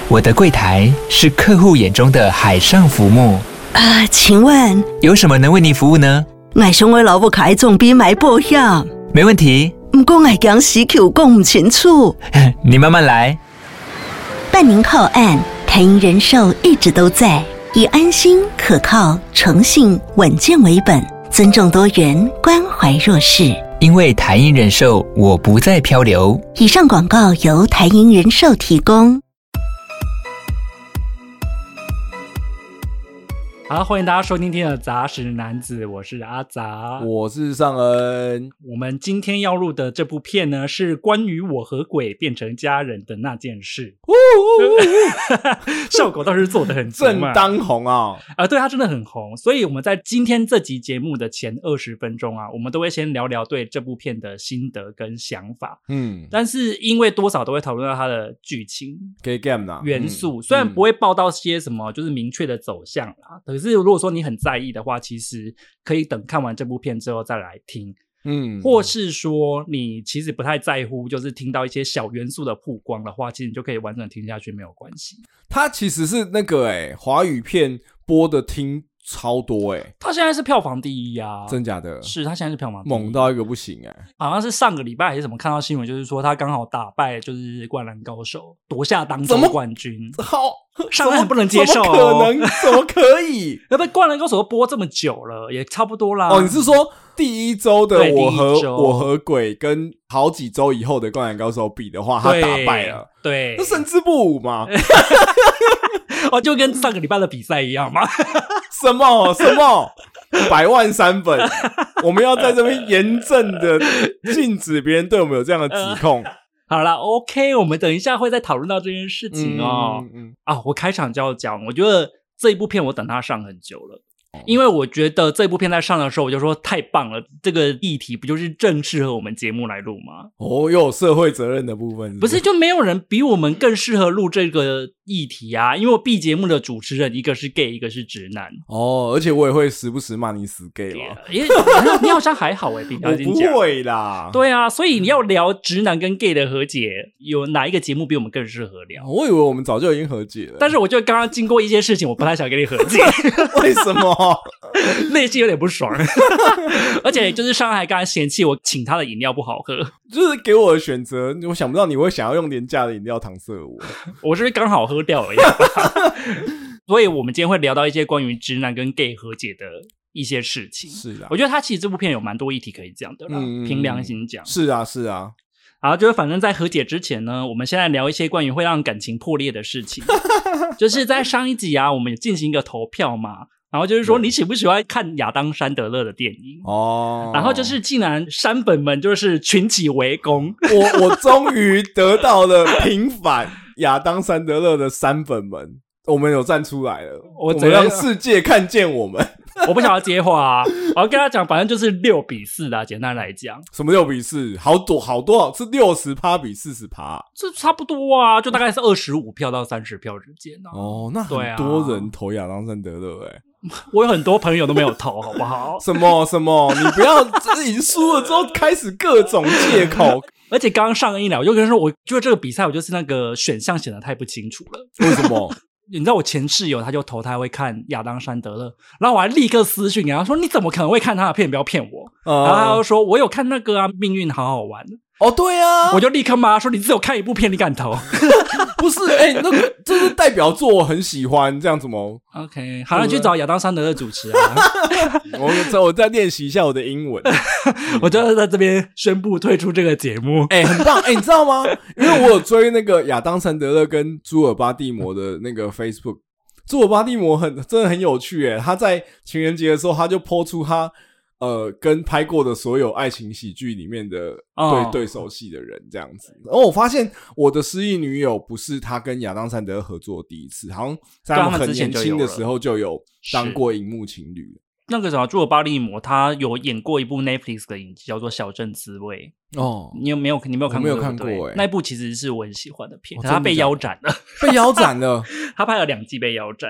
我的柜台是客户眼中的海上浮木。 请问有什么能为您服务呢？ 我想我老母开总比买保险。 没问题。 不过我讲死口讲不清楚。 你慢慢来。 办您靠岸，台银人寿一直都在，以安心、可靠、诚信、稳健为本，尊重多元，关怀弱势。 因为台银人寿，我不再漂流。 以上广告由台银人寿提供。 好，欢迎大家收听今天的杂食男子，我是阿杂， 我是尚恩。 我们今天要录的这部片呢，是关于我和鬼变成家人的那件事。效果倒是做得很正当红啊！ 对，它真的很红。所以我们在今天这集节目的前20分钟啊，我们都会先聊聊对这部片的心得跟想法。但是因为多少都会讨论到它的剧情、元素，虽然不会报道些什么就是明确的走向啦，可是如果说你很在意的话，其实可以等看完这部片之后再来听。或是说你其实不太在乎，就是听到一些小元素的曝光的话，其实你就可以完整听下去，没有关系。 它其实是那个华语片播的听超多它现在是票房第一啊！ 真假的？ 是，它现在是票房第一， 猛到一个不行好像是上个礼拜还是什么看到新闻，就是说他刚好打败就是灌篮高手，夺下当周冠军。 好， 上岸不能接受， 怎么可能？怎么可以？ 要不然灌篮高手都播这么久了，也差不多啦。 你是说第一周的我和鬼跟好几周以后的灌篮高手比的话，他打败了？ 对， 那胜之不武吗？ 就跟上个礼拜的比赛一样吗？ 什么100万3分？我们要在这边严正的禁止别人对我们有这样的指控。 好啦 OK， 我们等一下会再讨论到这件事情哦。我开场就要讲，我觉得这一部片我等它上很久了。因为我觉得这部片在上的时候我就说太棒了，这个议题不就是正适合我们节目来录吗？ 又有社会责任的部分不是就没有人比我们更适合录这个议题啊？因为我 B 节目的主持人一个是 gay 一个是直男而且我也会时不时骂你死 gay 嘛。 你好像还好平常我不会啦。 对啊，所以你要聊直男跟 gay 的和解，有哪一个节目比我们更适合聊？ 我以为我们早就已经和解了， 但是我就刚刚经过一些事情，我不太想跟你和解。 为什么？ 内心有点不爽。而且就是上海刚才嫌弃我请他的饮料不好喝， 就是给我的选择，我想不到你会想要用廉价的饮料搪塞我是刚好喝掉而已。所以我们今天会聊到一些关于直男跟 gay 和解的一些事情。 是啊， 我觉得他其实这部片有蛮多议题可以讲的啦，凭良心讲。 是啊。 好，就是反正在和解之前呢，我们现在聊一些关于会让感情破裂的事情。就是在上一集啊，我们有进行一个投票嘛，然后就是说你喜不喜欢看亚当·山德勒的电影然后就是竟然山粉们就是群起围攻。 我终于得到了平反亚当·山德勒的山粉们，我们有站出来了，我们让世界看见我们。 我不想要接话我要跟他讲，反正就是6-4啦，简单来讲。 什么6-4？好多是60%比40% 这差不多啊，就大概是25票到30票之间那很多人投亚当·山德勒我有很多朋友都没有投，好不好？ 什么？你不要已经输了之后开始各种借口。 而且刚刚上映来，我就跟他说，我觉得这个比赛我就是那个选项显得太不清楚了。 为什么？ 你知道我前室友他就投他会看亚当·山德勒，然后我还立刻私讯给他说，你怎么可能会看他的片，不要骗我。然后他就说我有看那个命运好好玩。 对啊， 我就立刻骂他说，你只有看一部片你敢投？ 不是那个这是代表作，我很喜欢，这样子吗 ？OK， 好像去找亚当·山德勒主持我再练习一下我的英文。 我就在这边宣布退出这个节目。 很棒你知道吗？因为我有追那个亚当·山德勒跟朱尔巴蒂摩的那个 Facebook， 朱尔巴蒂摩真的很有趣他在情人节的时候他就 po 出他跟拍过的所有爱情喜剧里面的对手戏的人这样子。然后我发现我的失忆女友不是他跟亚当·山德勒合作的第一次，好像在他们很年轻的时候就有当过荧幕情侣。 那个什么，朱尔巴利摩他有演过一部 Netflix 的影集叫做《小镇滋味》你没有看过？ 我没有看过那一部其实是我很喜欢的片，可是他被腰斩了。 被腰斩了？ 他拍了2季被腰斩。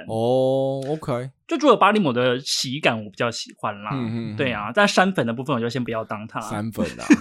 OK。 就朱尔巴利摩的喜感我比较喜欢啦。对啊，但山粉的部分我就先不要当他。 山粉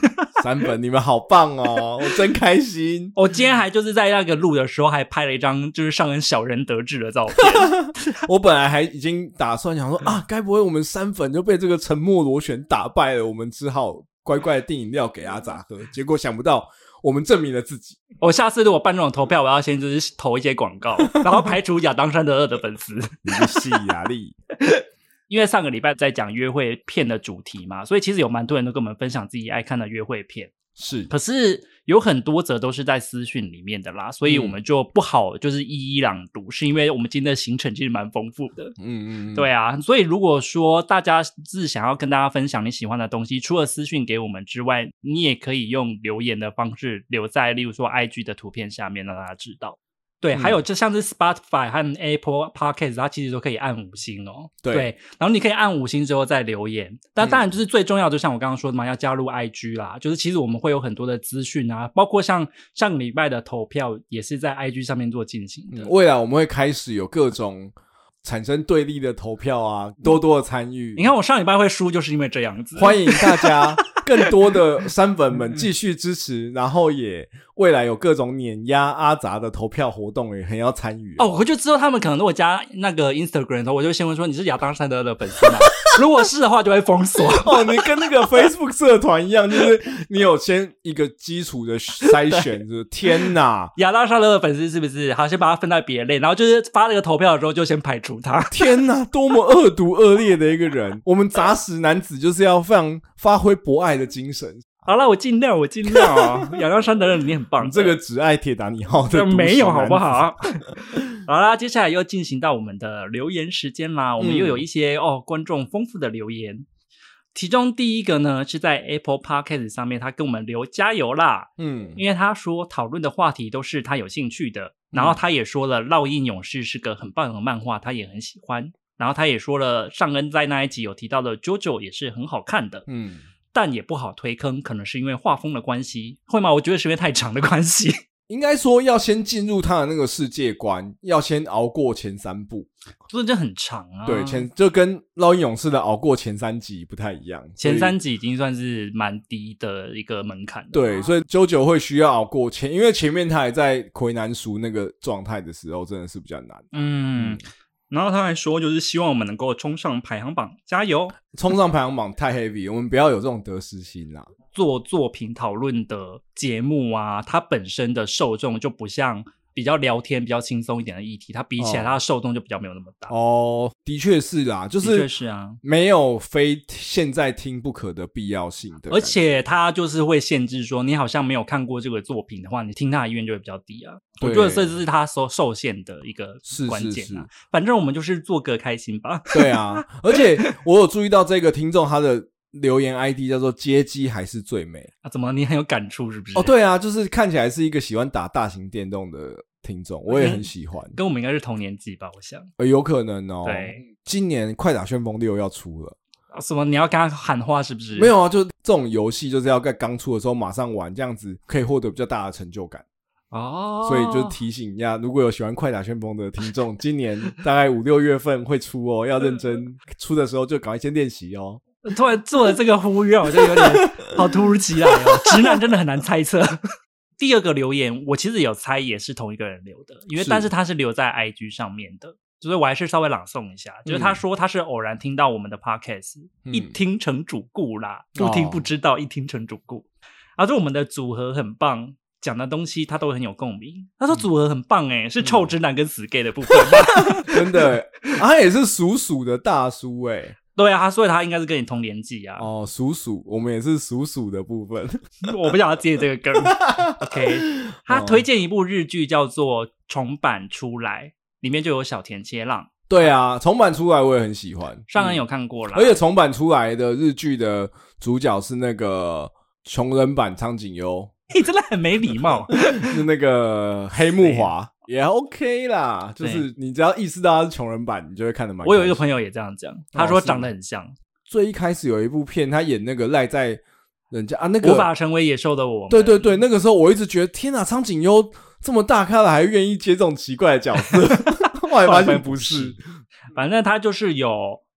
3粉，你们好棒哦，我真开心。 我今天还就是在那个录的时候还拍了一张就是上恩小人得志的照片。 我本来还已经打算想说该不会我们3粉就被这个沉默螺旋打败了，我们只好乖乖的订饮料给阿杂喝，结果想不到我们证明了自己。 我下次如果办这种投票，我要先就是投一些广告，然后排除亚当山德勒的粉丝。 你是压力。 因为上个礼拜在讲约会片的主题嘛，所以其实有蛮多人都跟我们分享自己爱看的约会片。 是， 可是有很多则都是在私讯里面的啦，所以我们就不好就是一一朗读，是因为我们今天的行程其实蛮丰富的。对啊，所以如果说大家是想要跟大家分享你喜欢的东西，除了私讯给我们之外，你也可以用留言的方式留在例如说 IG 的图片下面让大家知道。对，还有就像是 Spotify 和 Apple Podcast 它其实都可以按5星哦。对，然后你可以按5星之后再留言。但当然就是最重要就像我刚刚说的嘛，要加入 IG 啦，就是其实我们会有很多的资讯啊，包括像上个礼拜的投票也是在 IG 上面做进行的。 未来我们会开始有各种产生对立的投票啊，多多的参与。 你看我上礼拜会输就是因为这样子。 欢迎大家更多的3粉们继续支持，然后也未来有各种碾压阿杂的投票活动也很要参与。 我就知道他们可能如果加那个 Instagram 的时候，我就先问说你是亚当山德的粉丝吗？如果是的话就会封锁。 你跟那个 Facebook 社团一样，就是你有先一个基础的筛选。就是天哪， 亚当山德的粉丝是不是好先把它分在别类，然后就是发那个投票的时候就先排除他。 天哪，多么恶毒恶劣的一个人。我们杂食男子就是要非常发挥博爱的精神。 好了，我尽量啊。亚当山德勒你很棒， 这个只爱铁达尼号的没有好不好？好啦，接下来又进行到我们的留言时间啦。我们又有一些观众丰富的留言。其中第一个呢是在 Apple Podcast 上面，他跟我们留加油啦。因为他说讨论的话题都是他有兴趣的，然后他也说了烙印勇士是个很棒的漫画，他也很喜欢。然后他也说了上恩在那一集有提到的 JoJo 也是很好看的。但也不好推坑，可能是因为画风的关系。会吗？我觉得是因为太长的关系。 应该说要先进入他的那个世界观，要先熬过前3部， 所以就很长啊。 对，就跟烙印勇士的熬过前3集不太一样。 前3集已经算是蛮低的一个门槛了。 对，所以JoJo会需要熬过因为前面他还在魁南熟那个状态的时候，真的是比较难。 然后他还说就是希望我们能够冲上排行榜，加油。 冲上排行榜太 heavy， 我们不要有这种得失心啦。 做作品讨论的节目啊，它本身的受众就不像比较聊天比较轻松一点的议题，它比起来它的受众就比较没有那么大。 的确是啦，就是的确是啊， 没有非现在听不可的必要性的。 而且它就是会限制说你好像没有看过这个作品的话，你听它的意愿就会比较低啊。我觉得这是它受限的一个关键啊。是反正我们就是做个开心吧。 对啊，而且我有注意到这个听众他的留言 ID 叫做街机还是最美啊？ 怎么你很有感触是不是？ 对啊，就是看起来是一个喜欢打大型电动的听众，我也很喜欢。 跟我们应该是同年纪吧，我想。 有可能哦。 对， 今年快打旋风6要出了。 什么？你要跟他喊话是不是？ 没有啊，就这种游戏就是要在刚出的时候马上玩，这样子可以获得比较大的成就感。所以就提醒一下，如果有喜欢快打旋风的听众，今年大概5、6月份会出哦，要认真出的时候就赶快先练习哦。 突然做了这个呼吁，我就有点好突如其来哦。直男真的很难猜测。第二个留言我其实有猜也是同一个人留的，但是他是留在 IG 上面的，就是我还是稍微朗诵一下。就是他说他是偶然听到我们的 podcast，一听成主顾啦，不听不知道，一听成主顾。他说我们的组合很棒，讲的东西他都很有共鸣。他说组合很棒是臭直男跟死 gay 的部分吧。 真的他也是属鼠的大叔对啊，所以他应该是跟你同年纪啊。 属鼠，我们也是属鼠的部分。 我不想要接这个梗。OK， 他推荐一部日剧叫做《重版出来》，里面就有小田切让。 对啊，重版出来我也很喜欢， 上恩有看过啦。 而且重版出来的日剧的主角是那个穷人版苍井优。 你真的很没礼貌。 是那个黑木华。也 OK 啦，就是你只要意识到他是穷人版，你就会看得蛮开心。 我有一个朋友也这样讲，他说长得很像。 最一开始有一部片，他演那个赖在人家那个无法成为野兽的我们。 对对对，那个时候我一直觉得天哪，苍井优这么大咖了，还愿意接这种奇怪的角色。后来发现不是， 反正他就是有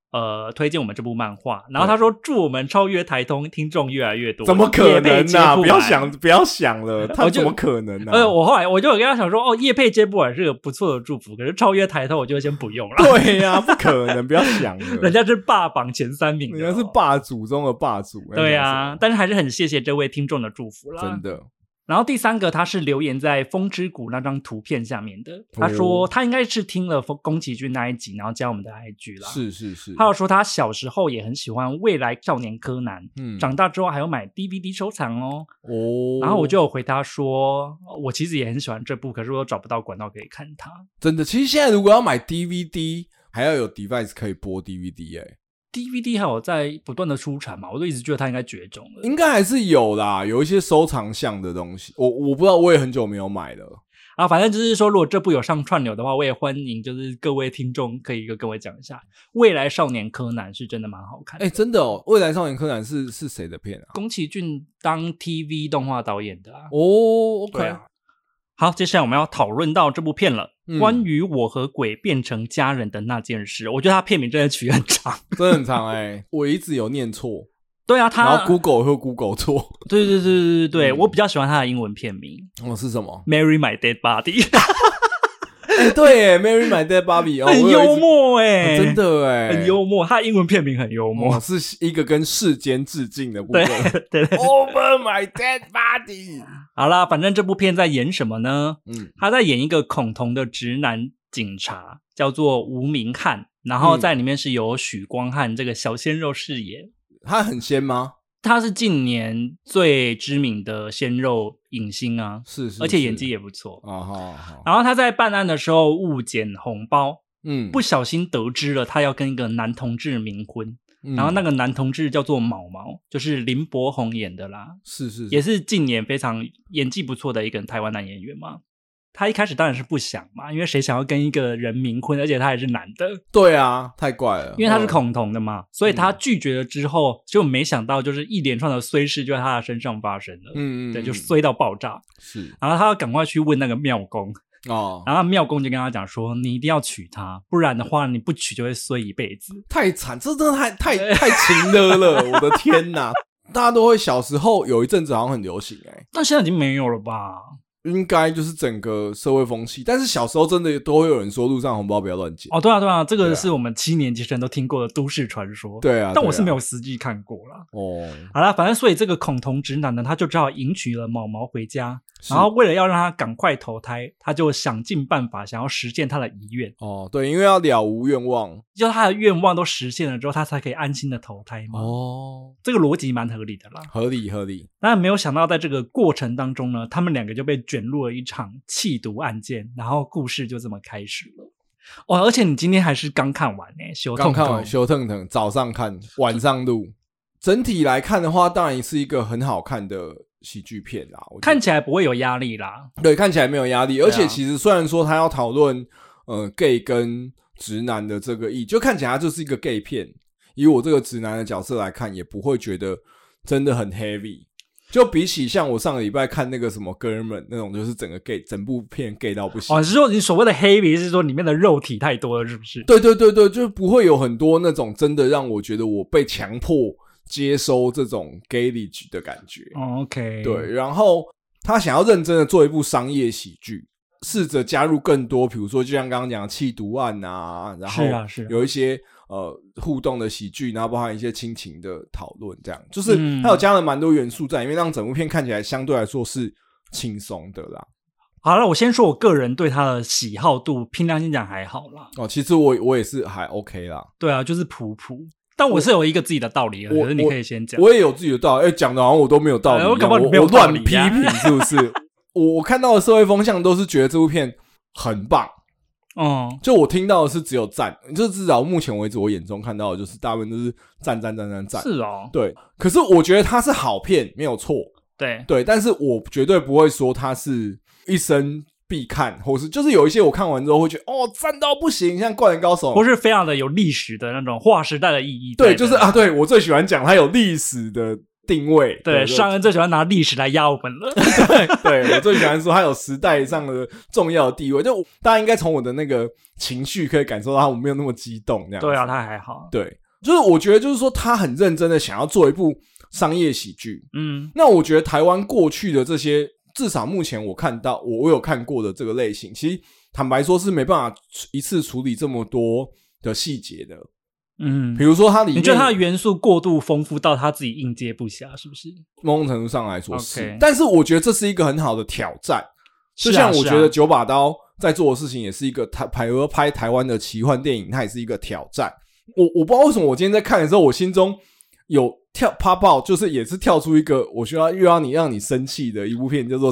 推荐我们这部漫画，然后他说祝我们超越台通，听众越来越多。 怎么可能啊？不要想了，他怎么可能啊？ 我后来我就有跟他想说，业配接不完是个不错的祝福，可是超越台通我就先不用了。 对呀，不可能，不要想了。 人家是霸榜前3名的， 人家是霸主中的霸主。 对啊，但是还是很谢谢这位听众的祝福啦， 真的。 然后第3个他是留言在风之谷那张图片下面的，他说他应该是听了宫崎骏那一集然后加我们的 IG 啦。 是他有说他小时候也很喜欢未来少年柯南，长大之后还有买 DVD 收藏哦。然后我就有回他说我其实也很喜欢这部，可是我找不到管道可以看它。 真的，其实现在如果要买 DVD 还要有 device 可以播 DVD DVD 还有在不断的出产嘛，我都一直觉得它应该绝种了。 应该还是有啦，有一些收藏项的东西，我不知道，我也很久没有买了啊。反正就是说，如果这部有上串流的话，我也欢迎就是各位听众可以跟我讲一下，未来少年柯南是真的蛮好看的。 真的哦，未来少年柯南是谁的片啊？ 宫崎骏当 TV 动画导演的啊。 OK 啊。好，接下来我们要讨论到这部片了，关于我和鬼变成家人的那件事。我觉得它片名真的取很长， 真的很长我一直有念错。 对啊， 然后 Google 会 Google 错。 对，我比较喜欢它的英文片名。 是什么 ？Marry My Dead Body。 对，Marry My Dead Body， 很幽默真的很幽默。它英文片名很幽默， 是一个跟世间致敬的部分。 对 ，Over My Dead Body。 好啦，反正这部片在演什么呢？他在演一个恐同的直男警察，叫做吴明翰，然后在里面是由许光汉这个小鲜肉饰演。 他很鲜吗？ 他是近年最知名的鲜肉影星啊， 是， 而且演技也不错好。 然后他在办案的时候误捡红包，不小心得知了他要跟一个男同志冥婚，然后那个男同志叫做毛毛，就是林柏宏演的啦， 是， 也是近年非常演技不错的一个台湾男演员嘛。他一开始当然是不想嘛，因为谁想要跟一个人冥婚，而且他还是男的。 对啊，太怪了， 因为他是恐同的嘛，所以他拒绝了之后，就没想到就是一连串的衰事就在他的身上发生了。对，就衰到爆炸。 是， 然后他要赶快去问那个庙公然后庙公就跟他讲说，你一定要娶她，不然的话你不娶就会衰一辈子。 太惨，这真的太情勒了，我的天哪！大家都会小时候有一阵子好像很流行但现在已经没有了吧？ 应该就是整个社会风气，但是小时候真的都会有人说路上红包不要乱捡。 对啊，这个是我们7年级生都听过的都市传说。 对啊， 但我是没有实际看过啦。好啦，反正所以这个恐同直男呢，他就只好迎娶了毛毛回家，然后为了要让他赶快投胎，他就想尽办法想要实现他的遗愿。 对，因为要了无愿望， 就他的愿望都实现了之后，他才可以安心的投胎嘛。这个逻辑蛮合理的啦。 合理。 但没有想到在这个过程当中呢，他们两个就被卷入了一场弃毒案件，然后故事就这么开始了。而且你今天还是刚看完刚看完修腾腾，早上看晚上录。整体来看的话，当然是一个很好看的喜剧片啦， 看起来不会有压力啦。 对，看起来没有压力，而且其实虽然说他要讨论gay 跟直男的这个就看起来他就是一个 gay 片，以我这个直男的角色来看，也不会觉得真的很 heavy。就比起像我上个礼拜看那个什么哥们那种，就是整个 gay 整部片 gay 到不行。 是说你所谓的 heavy 是说里面的肉体太多了，是不是？ 对，就不会有很多那种真的让我觉得我被强迫接收这种 gaylage 的感觉。 OK， 对，然后他想要认真的做一部商业喜剧，试着加入更多，比如说就像刚刚讲的弃毒案啊，然后有一些互动的喜剧，然后包含一些亲情的讨论，这样就是他有加了蛮多元素在里面，让整部片看起来相对来说是轻松的啦。 好了，我先说我个人对他的喜好度，凭良心讲还好啦。 其实我也是还 OK 啦。 对啊，就是普普。但我是有一个自己的道理的，可是你可以先讲。 我也有自己的道理，讲的好像我都没有道理一样， 我搞不好你没有道理我乱批评是不是？我看到的社会风向都是觉得这部片很棒。就我听到的是只有赞，就至少目前为止我眼中看到的就是大部分都是赞。 是哦， 对。可是我觉得它是好片，没有错。对，但是我绝对不会说它是一生必看，或是就是有一些我看完之后会觉得赞到不行，像《灌篮高手》， 或是非常的有历史的那种划时代的意义。 对，就是对我最喜欢讲它有历史的定位。 对，尚恩最喜欢拿历史来压我们了。 对，我最喜欢说他有时代上的重要的地位，就大家应该从我的那个情绪可以感受到我没有那么激动这样子。 对啊，他还好。 对，就是我觉得就是说他很认真的想要做一部商业喜剧。那我觉得台湾过去的这些，至少目前我看到我有看过的这个类型，其实坦白说是没办法一次处理这么多的细节的。比如说它里面， 你觉得它的元素过度丰富到他自己应接不暇，是不是？ 某种程度上来说是，但是我觉得这是一个很好的挑战。就像我觉得九把刀在做的事情也是一个拍台湾的奇幻电影，它也是一个挑战。我不知道为什么我今天在看的时候，我心中有pop out，就是也是跳出一个我需要又要让你生气的一部片，叫做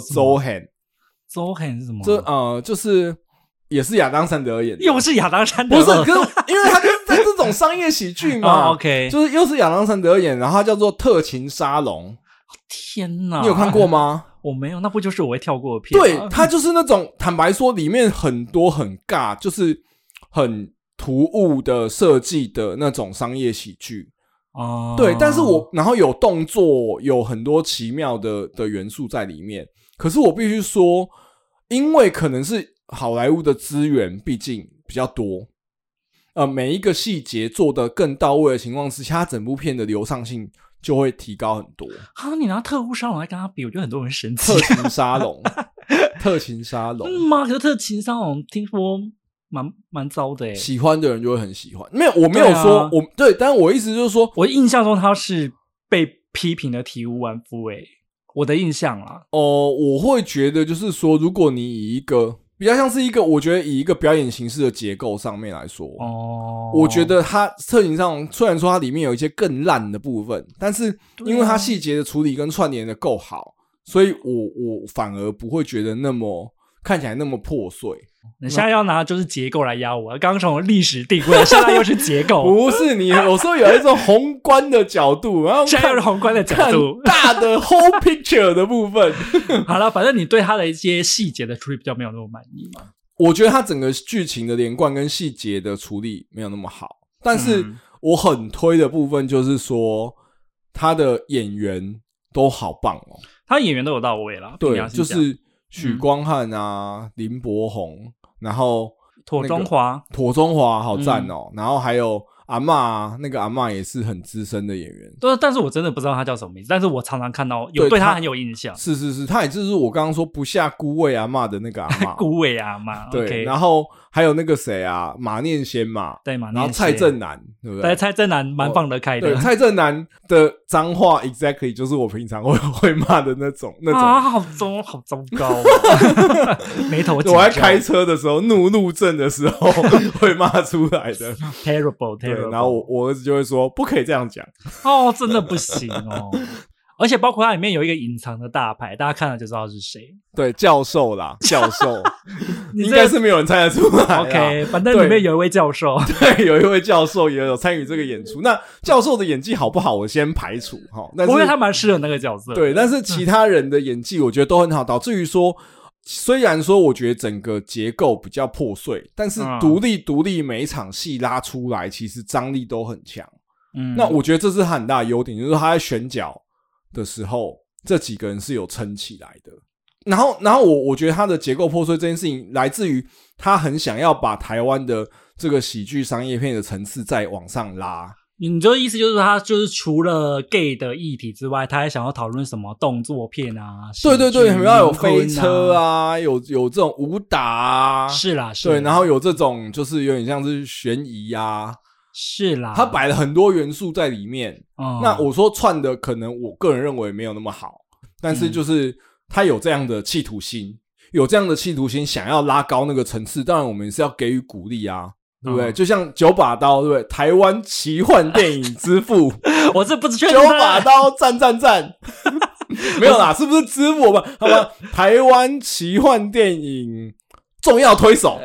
Zohan。Zohan 是什么？ 就是也是亚当·山德尔演的， 又是亚当·山德尔， 不是，可是因为他就是在这种商业喜剧嘛 ，OK， 就是又是亚当·山德尔演，然后他叫做《特勤沙龙》。 天哪， 你有看过吗？ 我没有，那不就是我会跳过的片吗？ 对，他就是那种坦白说，里面很多很尬，就是很突兀的设计的那种商业喜剧。对，但是然后有动作，有很多奇妙的元素在里面。可是我必须说，因为可能是好莱坞的资源毕竟比较多，每一个细节做得更到位的情况之下，整部片的流畅性就会提高很多。 你拿特务沙龙来跟他比，我觉得很多人生气。 特勤沙龙，特勤沙龙， 可是特勤沙龙听说蛮糟的耶， 喜欢的人就会很喜欢。没有，我没有说对，但是我意思就是说， 我印象中他是被批评的体无完肤诶，我的印象啦。 我会觉得就是说，如果你以一个比较像是一个，我觉得以一个表演形式的结构上面来说，我觉得它特勤上虽然说它里面有一些更烂的部分，但是因为它细节的处理跟串联的够好，所以我反而不会觉得那么看起来那么破碎。 你现在要拿就是结构来压我，刚刚从历史定位，现在又是结构。 不是，你有时候有一种宏观的角度，然后现在又是宏观的角度， 大的 whole picture 的部分。 好了，反正你对他的一些细节的处理比较没有那么满意嘛。 我觉得他整个剧情的连贯跟细节的处理没有那么好，但是我很推的部分就是说他的演员都好棒哦， 他演员都有到位啦。 对，就是许光汉啊，林柏宏，然后妥中华好赞哦，然后还有阿嬷，那个阿嬷也是很资深的演员。 对，但是我真的不知道他叫什么名字，但是我常常看到对他很有印象。 是，他也就是我刚刚说不下孤味阿嬷的那个阿嬷。 孤味阿嬷， 对， okay， 然后还有那个谁啊，马念先嘛， 对，马念先， 然后蔡正南，对不对？ 对，蔡正南蛮放得开的。 对，蔡正南的脏话 exactly 就是我平常会骂的那种啊，好糟糕啊！眉头紧皱。 我在开车的时候，怒路症的时候会骂出来的。 terrible。 对，然后我儿子就会说不可以这样讲。 真的不行哦。而且包括它里面有一个隐藏的大牌，大家看了就知道是谁。 对，教授啦，教授应该是没有人猜得出来。 OK， 反正里面有一位教授， 对，有一位教授也有参与这个演出。那教授的演技好不好，我先排除哈。但是不过他蛮适合那个角色。 对，但是其他人的演技我觉得都很好，导致于说，虽然说我觉得整个结构比较破碎，但是独立每一场戏拉出来，其实张力都很强。那我觉得这是他很大的优点，就是他在选角的时候，这几个人是有撑起来的。然后我觉得他的结构破碎这件事情，来自于他很想要把台湾的这个喜剧商业片的层次再往上拉。 你的意思就是他就是除了 gay 的议题之外，他还想要讨论什么动作片啊？ 对，要有飞车啊，有这种武打啊， 是啦， 对，然后有这种就是有点像是悬疑啊。 是啦， 他摆了很多元素在里面。那我说串的可能我个人认为没有那么好，但是就是他有这样的企图心，想要拉高那个层次，当然我们是要给予鼓励啊，对不对？就像九把刀，对不对？台湾奇幻电影之父， 我这不是确定九把刀赞没有啦，是不是之父吧？好吧，台湾奇幻电影重要推手。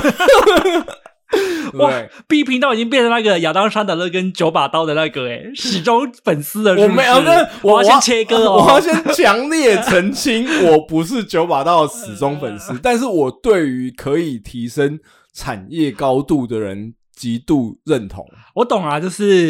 哇，B 频道已经变成那个亚当·山德勒跟九把刀的那个始终粉丝了是不是？ 我没有， 我要先切割哦， 我要先强烈澄清，我不是九把刀的始终粉丝，但是我对于可以提升产业高度的人极度认同。 我懂啊，就是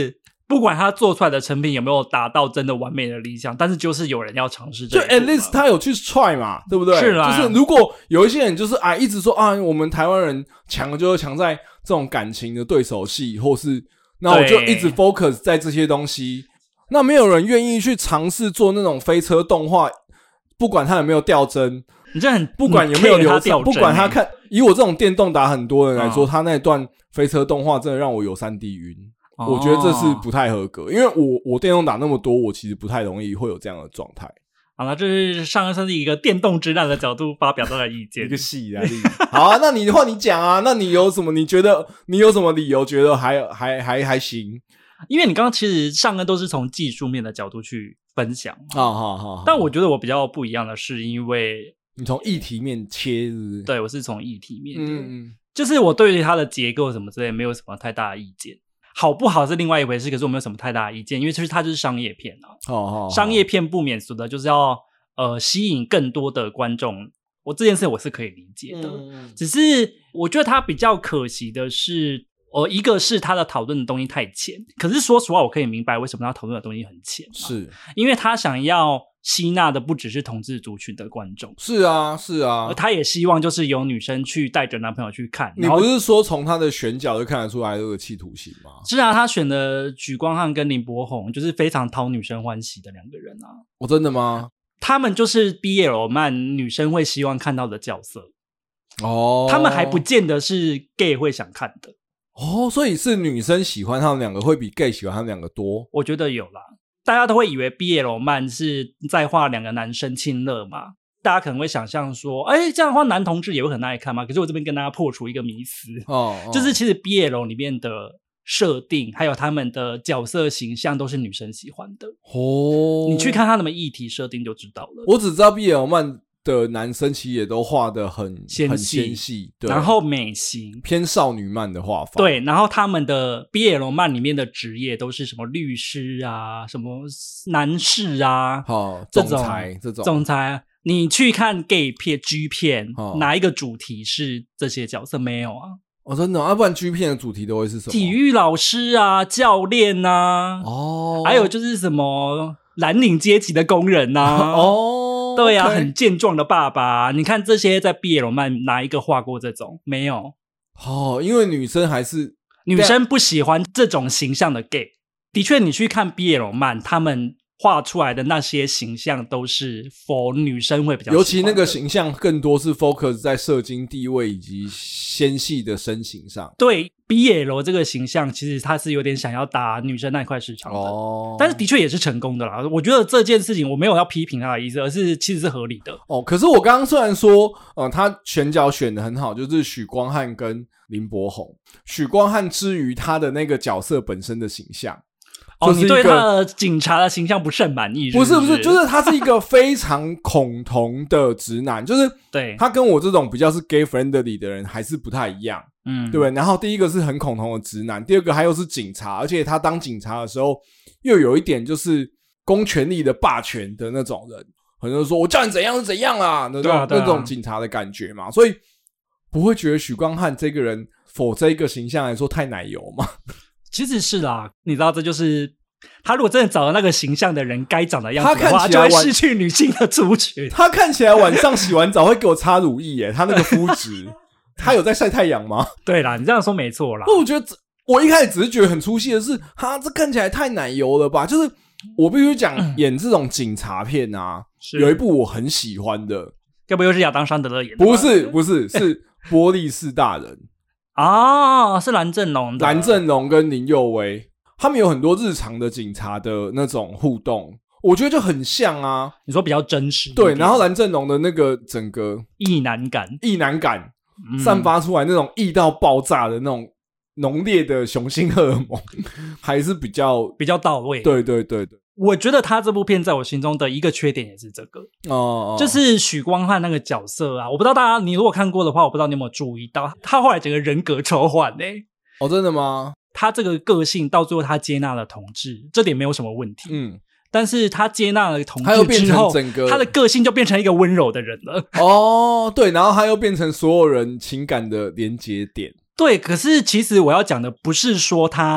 不管他做出来的成品有没有达到真的完美的理想，但是就是有人要尝试这一步， 就 at least 他有去 try 嘛，对不对？ 是啦， 就是如果有一些人就是一直说我们台湾人强就是强在这种感情的对手戏，或是那我就一直 focus 在这些东西，那没有人愿意去尝试做那种飞车动画，不管他有没有掉帧， 你这很不管有没有流畅，不管他看，以我这种电动打很多人来说，他那段飞车动画真的让我有 3D 晕。我觉得这是不太合格，因为我电动打那么多，我其实不太容易会有这样的状态。 好了，这是上恩是一个电动直男的角度发表他的意见。 一个戏啊，好啊，那你的话你讲啊，那你有什么？你觉得你有什么理由觉得还行？ 因为你刚刚其实上恩都是从技术面的角度去分享， 好， 但我觉得我比较不一样的是，因为你从议题面切，是不是？ 对，我是从议题面的，就是我对于它的结构什么之类没有什么太大的意见。好不好是另外一回事，可是我没有什么太大的意见，因为它就是商业片啊。商业片不免俗的就是要吸引更多的观众，这件事我是可以理解的。只是我觉得它比较可惜的是，一个是他的讨论的东西太浅，可是说实话，我可以明白为什么他讨论的东西很浅， 是因为他想要吸纳的不只是同志族群的观众， 是啊，而他也希望就是有女生去带着男朋友去看。 你不是说从他的选角就看得出来这个企图心吗？ 是啊，他选的许光汉跟林柏宏就是非常讨女生欢喜的两个人啊。 真的吗？ 他们就是 BL 漫女生会希望看到的角色他们还不见得是 gay 会想看的所以是女生喜欢他们两个会比 gay 喜欢他们两个多？ 我觉得有啦，大家都会以为 BL 漫是在画两个男生亲热嘛，大家可能会想象说这样的话男同志也会很爱看吗？可是我这边跟大家破除一个迷思就是其实 BL 里面的设定还有他们的角色形象都是女生喜欢的你去看他们的议题设定就知道了。 我只知道 BL 漫的男生其实也都画得很纤细，对， 然后美型， 偏少女漫的画法， 对，然后他们的 BL 漫里面的职业都是什么律师啊，什么男士啊，总裁，你去看 gay 片 G 片哪一个主题是这些角色？没有啊。 真的不然 G 片的主题都会是什么？ 体育老师啊，教练啊，还有就是什么蓝领阶级的工人啊对啊，很健壮的爸爸你看这些在 BL 漫哪一个画过这种？没有因为女生不喜欢这种形象的 gay。 的确你去看 BL 漫他们画出来的那些形象都是 for 女生会比较喜欢的， 尤其那个形象更多是 focus 在社经地位以及纤细的身形上。 对 BL 这个形象其实他是有点想要打女生那块市场的但是的确也是成功的啦。我觉得这件事情我没有要批评他的意思，而是其实是合理的可是我刚刚虽然说他选角选得很好，就是许光汉跟林柏宏，许光汉之于他的那个角色本身的形象你对他的警察的形象不是很满意？ 不是，就是他是一个非常恐同的直男，就是对他跟我这种比较是 gay friendly 的人还是不太一样，对不对？然后第一个是很恐同的直男，第二个他又是警察，而且他当警察的时候又有一点就是公权力的霸权的那种人，可能说我叫你怎样是怎样那种警察的感觉嘛，所以不会觉得许光汉这个人否这一个形象来说太奶油嘛？ 其实是啦，你知道这就是他如果真的找到那个形象的人该长的样子的话，他就会失去女性的族群。 他看起来晚上洗完澡会给我擦乳液耶，他那个肤质他有在晒太阳吗？ 对啦，你这样说没错啦。 我觉得我一开始只是觉得很出戏的是这看起来太奶油了吧，就是我必须讲演这种警察片有一部我很喜欢的， 该不会又是亚当·山德勒演的？ 不是是波利士大人是蓝正龙跟林佑威，他们有很多日常的警察的那种互动，我觉得就很像你说比较真实， 对，然后蓝正龙的那个整个意难感散发出来那种意到爆炸的那种浓烈的雄性荷尔蒙还是比较到位。 对， 我觉得他这部片在我心中的一个缺点也是这个就是许光汉那个角色我不知道大家你如果看过的话，我不知道你有没有注意到他后来整个人格抽换真的吗？ 他这个个性到最后他接纳了同志，这点没有什么问题但是他接纳了同志之后，他的个性就变成一个温柔的人了对，然后他又变成所有人情感的连结点。 对，可是其实我要讲的不是说他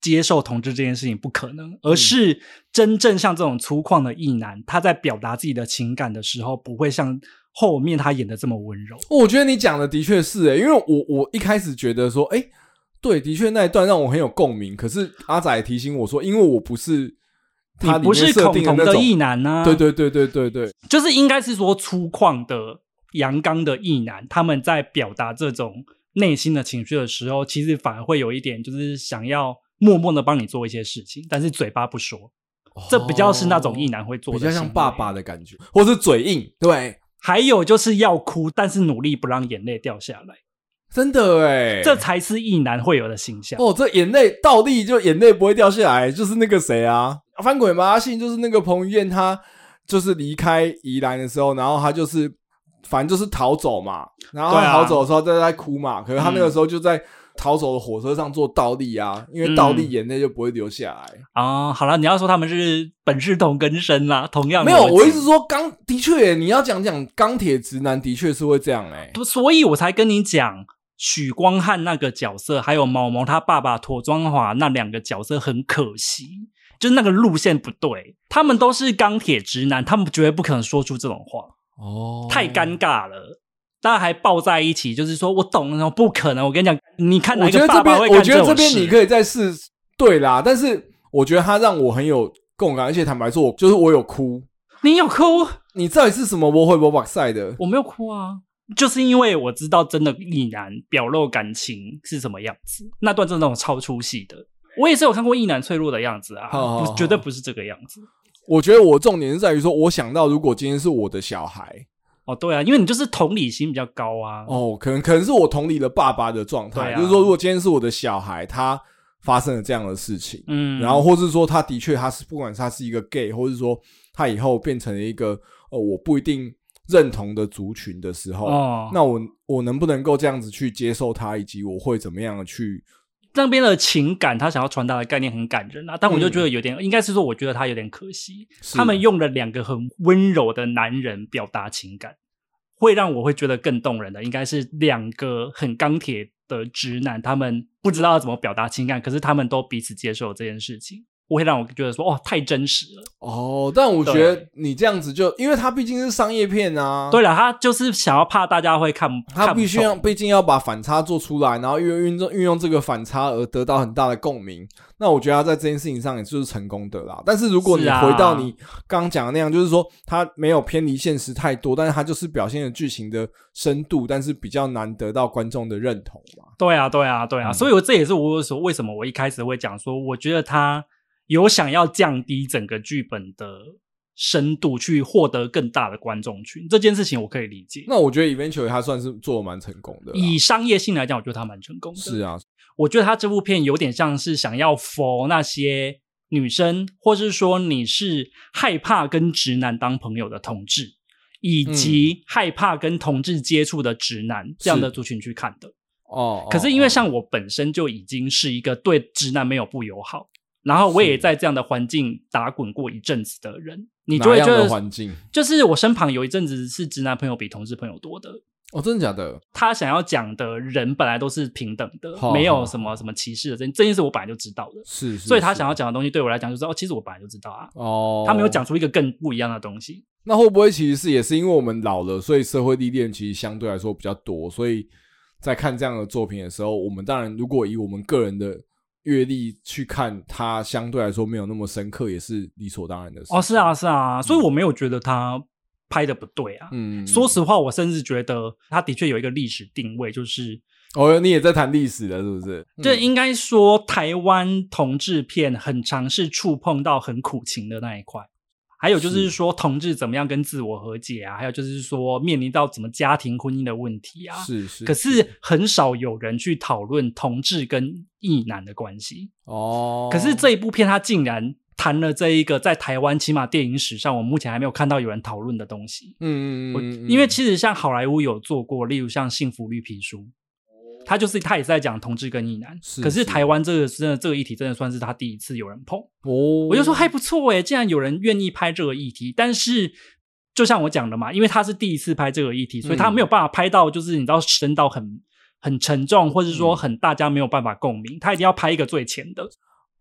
接受同志这件事情不可能，而是真正像这种粗犷的异男，他在表达自己的情感的时候，不会像后面他演的这么温柔。 我觉得你讲的的确是因为我一开始觉得说对，的确那一段让我很有共鸣，可是阿仔提醒我说，因为我不是他里面设定的那种，你不是恐同的异男啊， 对， 就是应该是说粗犷的阳刚的异男，他们在表达这种内心的情绪的时候，其实反而会有一点就是想要默默的帮你做一些事情，但是嘴巴不说，这比较是那种异男会做的， 比较像爸爸的感觉，或是嘴硬。对， 还有就是要哭，但是努力不让眼泪掉下来。 真的这才是异男会有的形象。 这眼泪倒立就眼泪不会掉下来，就是那个谁啊，翻滚吧阿信，就是那个彭于晏，他就是离开宜兰的时候，然后他就是反正就是逃走嘛，然后他逃走的时候在哭嘛，可是他那个时候就在逃走的火车上做倒立啊，因为倒立眼泪就不会流下来好了，你要说他们是本是同根生啦，同样没有，我一直说的确你要讲钢铁直男的确是会这样所以我才跟你讲许光汉那个角色还有毛毛他爸爸妥庄华那两个角色很可惜，就是那个路线不对，他们都是钢铁直男，他们绝对不可能说出这种话太尴尬了，大家还抱在一起，就是说我懂了，不可能，我跟你讲，你看哪个爸爸会干这种事？ 我觉得这边你可以再试，对啦，但是我觉得他让我很有共感，而且坦白说，就是我有哭。 你有哭？ 你到底是什么我会不赛的？ 我没有哭啊，就是因为我知道真的异男表露感情是什么样子，那段真的那种超出戏的。我也是有看过异男脆弱的样子啊，绝对不是这个样子。 我觉得我重点是在于说，我想到如果今天是我的小孩， 对啊，因为你就是同理心比较高啊。 可能是我同理了爸爸的状态，就是说如果今天是我的小孩，他发生了这样的事情，然后或是说他的确他是不管他是一个 gay， 或是说他以后变成了一个我不一定认同的族群的时候，那我能不能够这样子去接受他，以及我会怎么样的去。 那边的情感他想要传达的概念很感人啊，但我就觉得有点应该是说我觉得他有点可惜，他们用了两个很温柔的男人表达情感，会让我会觉得更动人的应该是两个很钢铁的直男，他们不知道怎么表达情感，可是他们都彼此接受这件事情，会让我觉得说太真实了但我觉得你这样子就因为他毕竟是商业片啊， 对了，他就是想要怕大家会看他毕竟要把反差做出来，然后运用这个反差而得到很大的共鸣，那我觉得他在这件事情上也就是成功的啦。但是如果你回到你刚刚讲的那样，就是说他没有偏离现实太多，但是他就是表现了剧情的深度，但是比较难得到观众的认同嘛。 对啊，所以这也是我说为什么我一开始会讲说我觉得他有想要降低整个剧本的深度去获得更大的观众群，这件事情我可以理解。 那我觉得 Eventually 他算是做得蛮成功的， 以商业性来讲我觉得他蛮成功的。 是啊， 我觉得他这部片有点像是想要 for 那些女生，或是说你是害怕跟直男当朋友的同志，以及害怕跟同志接触的直男这样的族群去看的。可是因为像我本身就已经是一个对直男没有不友好，然后我也在这样的环境打滚过一阵子的人，你就会觉得哪样的环境？就是我身旁有一阵子是直男朋友比同志朋友多的。 真的假的？ 他想要讲的人本来都是平等的，没有什么歧视的，这件事我本来就知道的。 是所以他想要讲的东西对我来讲就是其实我本来就知道啊。他没有讲出一个更不一样的东西。 那会不会其实也是因为我们老了，所以社会历练其实相对来说比较多，所以在看这样的作品的时候，我们当然如果以我们个人的阅历去看，它相对来说没有那么深刻，也是理所当然的事情。 是啊，所以我没有觉得他拍的不对啊。说实话，我甚至觉得他的确有一个历史定位，就是你也在谈历史了，是不是？ 就应该说台湾同志片很常是触碰到很苦情的那一块。还有就是说同志怎么样跟自我和解啊，还有就是说面临到怎么家庭婚姻的问题啊，可是很少有人去讨论同志跟异男的关系。可是这一部片它竟然谈了这一个在台湾起码电影史上我目前还没有看到有人讨论的东西。因为其实像好莱坞有做过，例如像幸福绿皮书，他也是在讲同志跟异男，可是台湾这个议题真的算是他第一次有人碰。我就说还不错耶，竟然有人愿意拍这个议题。但是就像我讲的嘛，因为他是第一次拍这个议题，所以他没有办法拍到就是你知道深到很沉重，或者说大家没有办法共鸣，他一定要拍一个最浅的。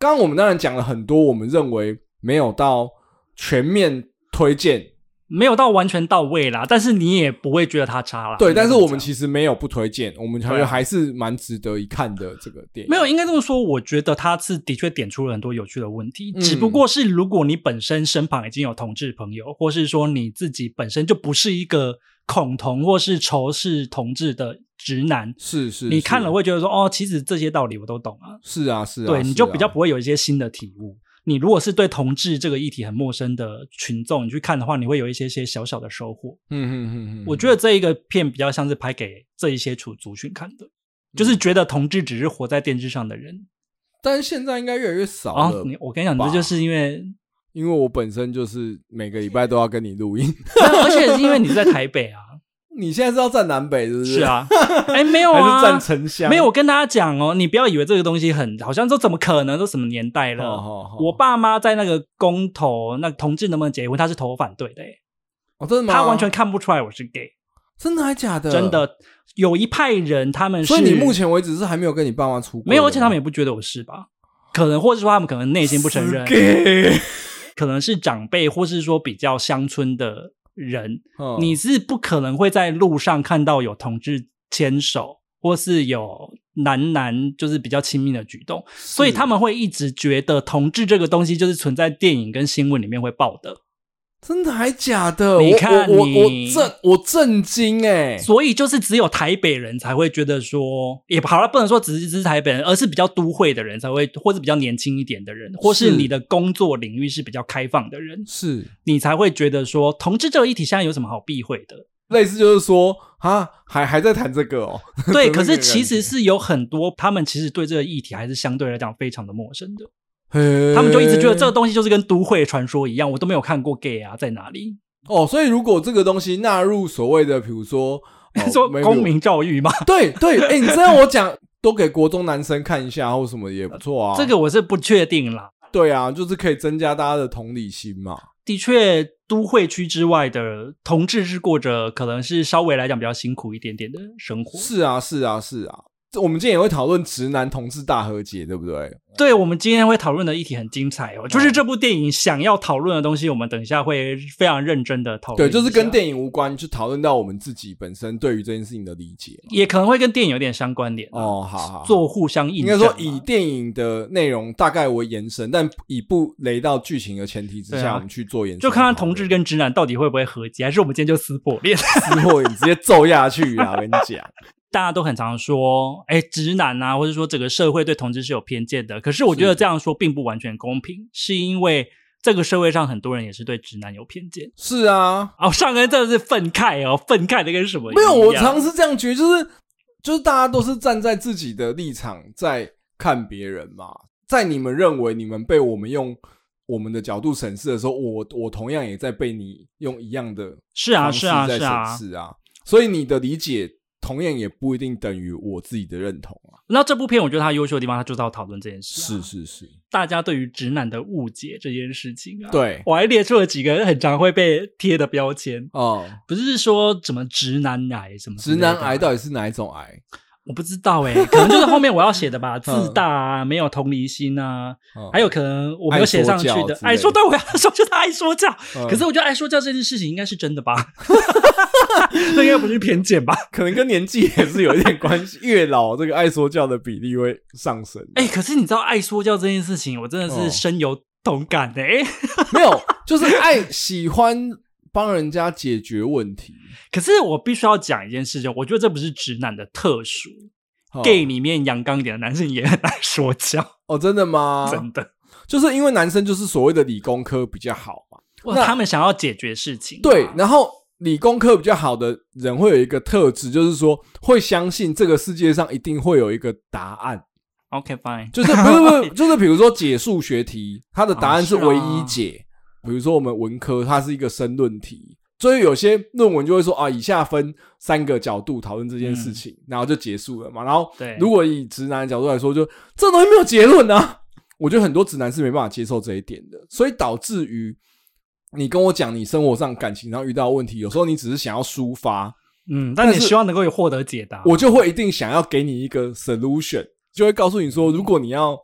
刚刚我们当然讲了很多，我们认为没有到全面推荐， 没有到完全到位啦，但是你也不会觉得它差啦。 对，但是我们其实没有不推荐，我们觉得还是蛮值得一看的这个电影。 没有，应该这么说，我觉得它是的确点出了很多有趣的问题，只不过是如果你本身身旁已经有同志朋友，或是说你自己本身就不是一个恐同或是仇视同志的直男， 是你看了会觉得说哦，其实这些道理我都懂啊。 是啊，是啊， 对，你就比较不会有一些新的体悟。你如果是对同志这个议题很陌生的群众，你去看的话，你会有一些小小的收获。我觉得这一个片比较像是拍给这一些族群看的，就是觉得同志只是活在电视上的人。 但是现在应该越来越少了。 我跟你讲，这就是因为我本身就是每个礼拜都要跟你录音， 而且是因为你是在台北啊。 你现在是要站南北是不是？ 是啊。没有啊， 还是站城乡？ 没有，我跟大家讲哦，你不要以为这个东西好像说怎么可能，都什么年代了。我爸妈在那个公投那同志能不能结婚，他是投反对的。 真的吗？ 他完全看不出来我是 gay。 真的还假的？ 真的，有一派人他们是。 所以你目前为止是还没有跟你爸妈出轨？ 没有，而且他们也不觉得我是吧？可能或者说他们可能内心不承认。可能是长辈或是说比较乡村的人，你是不可能会在路上看到有同志牵手或是有男就是比较亲密的举动，所以他们会一直觉得同志这个东西就是存在电影跟新闻里面会报的。 真的还假的？ 你看我震惊所以就是只有台北人才会觉得说，也好了，不能说只是台北人，而是比较都会的人才会，或是比较年轻一点的人，或是你的工作领域是比较开放的人， 是你才会觉得说同志这个议题现在有什么好避讳的。 类似就是说还在谈这个哦。 对，可是其实是有很多他们其实对这个议题还是相对来讲非常的陌生的。他们就一直觉得这个东西就是跟都会传说一样，我都没有看过 gay 啊在哪里。 所以如果这个东西纳入所谓的比如说说公民教育嘛。 对对，你这样我讲都给国中男生看一下或什么也不错啊。 这个我是不确定啦。 对啊，就是可以增加大家的同理心嘛。 的确都会区之外的同志是过着可能是稍微来讲比较辛苦一点点的生活。 是啊是啊是啊。我们今天也会讨论直男同志大和解，对不对？ 对，我们今天会讨论的议题很精彩哦，就是这部电影想要讨论的东西，我们等一下会非常认真的讨论。 对，就是跟电影无关，就讨论到我们自己本身对于这件事情的理解， 也可能会跟电影有点相关联。 好， 做互相印证。 应该说以电影的内容大概为延伸，但以不雷到剧情的前提之下，我们去做延伸， 就看看同志跟直男到底会不会和解，还是我们今天就撕破脸， 撕破脸直接揍下去啊！我跟你讲。 大家都很常说直男啊，或者说整个社会对同志是有偏见的，可是我觉得这样说并不完全公平，是因为这个社会上很多人也是对直男有偏见。 是啊， 上恩真的是愤慨愤慨的跟什么一样。 没有，我常是这样觉得，就是大家都是站在自己的立场在看别人嘛，在你们认为你们被我们用我们的角度审视的时候，我同样也在被你用一样的方式在审视啊，所以你的理解同样也不一定等于我自己的认同啊。 那这部片我觉得它优秀的地方，它就是要讨论这件事。 是， 大家对于直男的误解这件事情啊， 对， 我还列出了几个很常会被贴的标签不是说什么直男癌什么直男癌到底是哪一种癌？ 我不知道可能就是后面我要写的吧，自大啊，没有同理心啊，还有可能我没有写上去的爱说，对，我要说就是爱说教，可是我觉得爱说教这件事情应该是真的吧。这应该不是偏见吧？ 可能跟年纪也是有一点关系，越老这个爱说教的比例会上升。 可是你知道爱说教这件事情，我真的是深有同感没有，就是喜欢帮人家解决问题。 可是我必须要讲一件事情，我觉得这不是直男的特殊，gay 里面阳刚一点的男生也很爱说教。 真的吗？ 真的， 就是因为男生就是所谓的理工科比较好嘛， 他们想要解决事情。 对，然后理工科比较好的人会有一个特质，就是说会相信这个世界上一定会有一个答案。 OK fine， 就是不是就是比如说解数学题，它的答案是唯一解。比如说我们文科它是一个申论题，所以有些论文就会说以下分3个角度讨论这件事情，然后就结束了嘛。然后如果以直男的角度来说，就这东西没有结论啊。我觉得很多直男是没办法接受这一点的，所以导致于你跟我讲你生活上感情上遇到的问题，有时候你只是想要抒发， 但你希望能够获得解答， 我就会一定想要给你一个 solution， 就会告诉你说，如果你要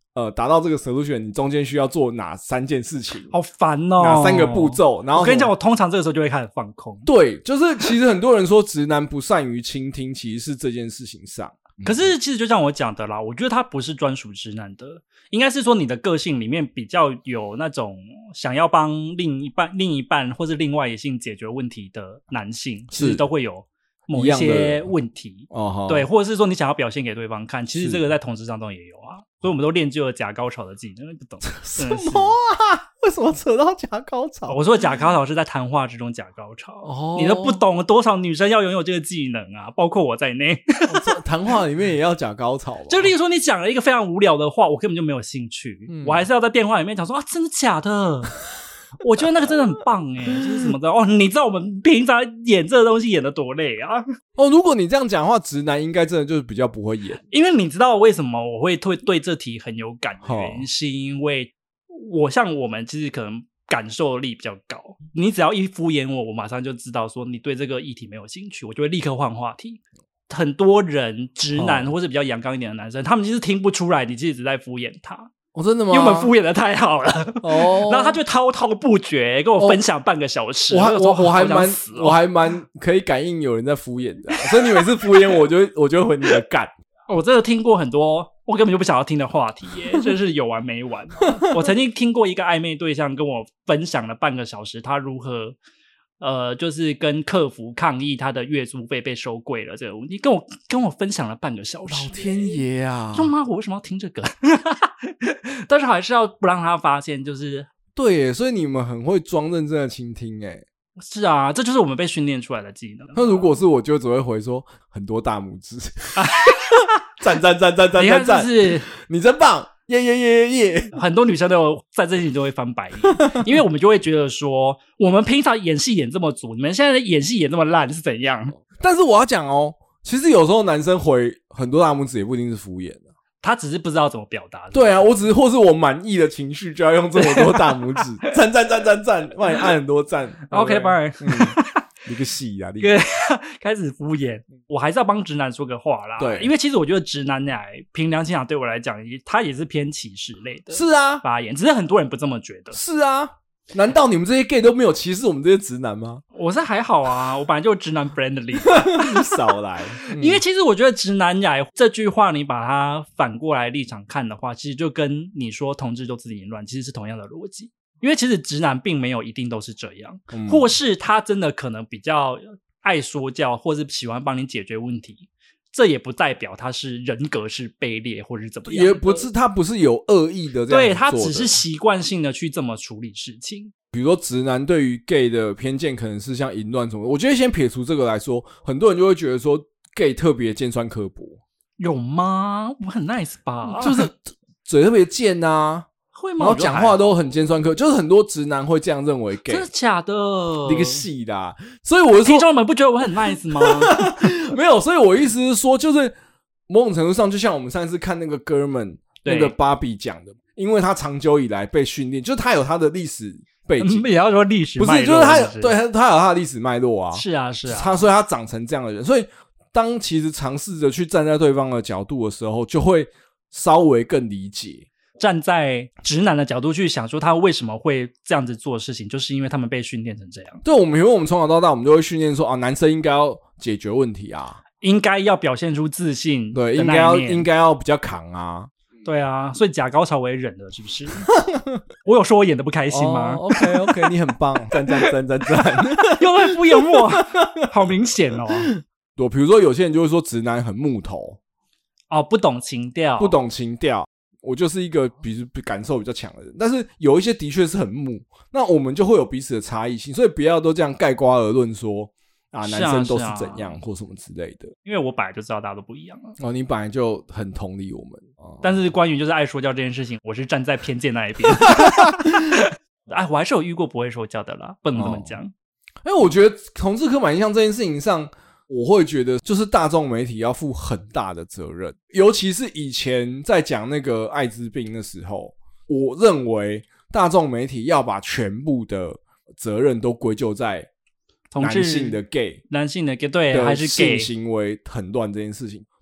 达到这个 solution， 你中间需要做哪3件事情？ 好烦哦， 哪3个步骤？然后我跟你讲，我通常这个时候就会开始放空。 对，就是其实很多人说直男不善于倾听，其实是这件事情上。 可是其实就像我讲的啦，我觉得他不是专属直男的，应该是说你的个性里面比较有那种想要帮另一半或是另外一性解决问题的男性，其实都会有某一些问题，对，或者是说你想要表现给对方看，其实这个在同志当中也有啊，所以我们都练就了假高潮的技能，不懂什么啊？为什么扯到假高潮？ 我说的假高潮是在谈话之中假高潮，你都不懂多少女生要拥有这个技能啊，包括我在内。 谈话里面也要假高潮吗？ 就例如说你讲了一个非常无聊的话，我根本就没有兴趣，我还是要在电话里面讲说啊，真的假的？我觉得那个真的很棒欸，就是什么的哦，你知道我们平常演这个东西演得多累啊？ 哦，如果你这样讲的话，直男应该真的就是比较不会演。 因为你知道为什么我会对这题很有感的原因，是因为像我们其实可能感受力比较高，你只要一敷衍我马上就知道说你对这个议题没有兴趣，我就会立刻换话题。很多人直男或是比较阳刚一点的男生，他们其实听不出来你其实只在敷衍他。 哦，真的吗？ 因为我们敷衍的太好了哦，然后他就滔滔不绝跟我分享半个小时， 我还蛮可以感应有人在敷衍的，所以你每次敷衍我就会回你的干。 我真的听过很多我根本就不想要听的话题耶，就是有完没完。我曾经听过一个暧昧对象跟我分享了半个小时，他如何就是跟客服抗议他的月租费被收贵了这个问题，跟我分享了半个小时。 老天爷啊！ 说妈，我为什么要听这个？但是还是要不让他发现，就是对耶，所以你们很会装认真的倾听耶。 是啊，这就是我们被训练出来的技能。 那如果是我就只会回说很多大拇指，赞赞赞赞赞赞赞， 你真棒！耶耶耶耶耶！ 很多女生都有在这里都会翻白眼，因为我们就会觉得说，我们平常演戏演这么足，你们现在演戏演这么烂是怎样？ 但是我要讲哦，其实有时候男生回很多大拇指也不一定是敷衍的， 他只是不知道怎么表达。 对啊，或是我满意的情绪就要用这么多大拇指，赞赞赞赞赞，帮你按很多赞。 OK， bye。 你个戏啊！你开始敷衍，我还是要帮直男说个话啦。 对， 因为其实我觉得直男癌凭良心讲，对我来讲，他也是偏歧视类的。 是啊， 发言，只是很多人不这么觉得。 是啊，难道你们这些 gay 都没有歧视我们这些直男吗？ 我是还好啊，我本来就直男 friendly。 你少来， 因为其实我觉得直男癌这句话，你把它反过来立场看的话，其实就跟你说同志都自己淫乱，其实是同样的逻辑。因为其实直男并没有一定都是这样，或是他真的可能比较爱说教，或是喜欢帮你解决问题，这也不代表他是人格是卑劣或者是怎么样， 也不是他不是有恶意的这样子做的， 对，他只是习惯性的去这么处理事情。 比如说直男对于 gay 的偏见可能是像淫乱什么的，我觉得先撇除这个来说，很多人就会觉得说 gay 特别尖酸刻薄。 有吗？我很 nice 吧， 就是嘴特别贱啊， 会吗？ 然后讲话都很尖酸刻薄，就是很多直男会这样认为 gay。 真的假的？ 那个戏啦，所以我是说听众们不觉得我很 nice 吗？ 没有，所以我意思是说，就是某种程度上就像我们上一次看那个哥们那个芭比讲的，因为他长久以来被训练，就是他有他的历史背景， 也要说历史脉络， 不是，就是他有对他有他的历史脉络啊， 是啊是啊， 所以他长成这样的人，所以当其实尝试着去站在对方的角度的时候，就会稍微更理解。 站在直男的角度去想说他为什么会这样子做事情，就是因为他们被训练成这样。 对，因为我们从小到大我们就会训练说啊，男生应该要解决问题啊， 应该要表现出自信， 对，应该要比较扛啊。 对啊，所以假高潮我也忍了，是不是？我有说我演得不开心吗 ？OK， 你很棒，赞赞赞赞赞， 又在敷衍我，好明显哦。 对，比如说有些人就会说直男很木头， 哦，不懂情调。 我就是一个感受比较强的人，但是有一些的确是很木，那我们就会有彼此的差异性，所以不要都这样概括而论说啊，男生都是怎样或什么之类的。因为我本来就知道大家都不一样了。 哦，你本来就很同理我们。 但是关于就是爱说教这件事情，我是站在偏见那一边。哎，我还是有遇过不会说教的啦，不能这么讲。 因为我觉得同志刻板印象这件事情上，我会觉得就是大众媒体要负很大的责任，尤其是以前在讲那个艾滋病的时候，我认为大众媒体要把全部的责任都归咎在男性的 gay， 对，还是 gay 性行为很乱这件事情。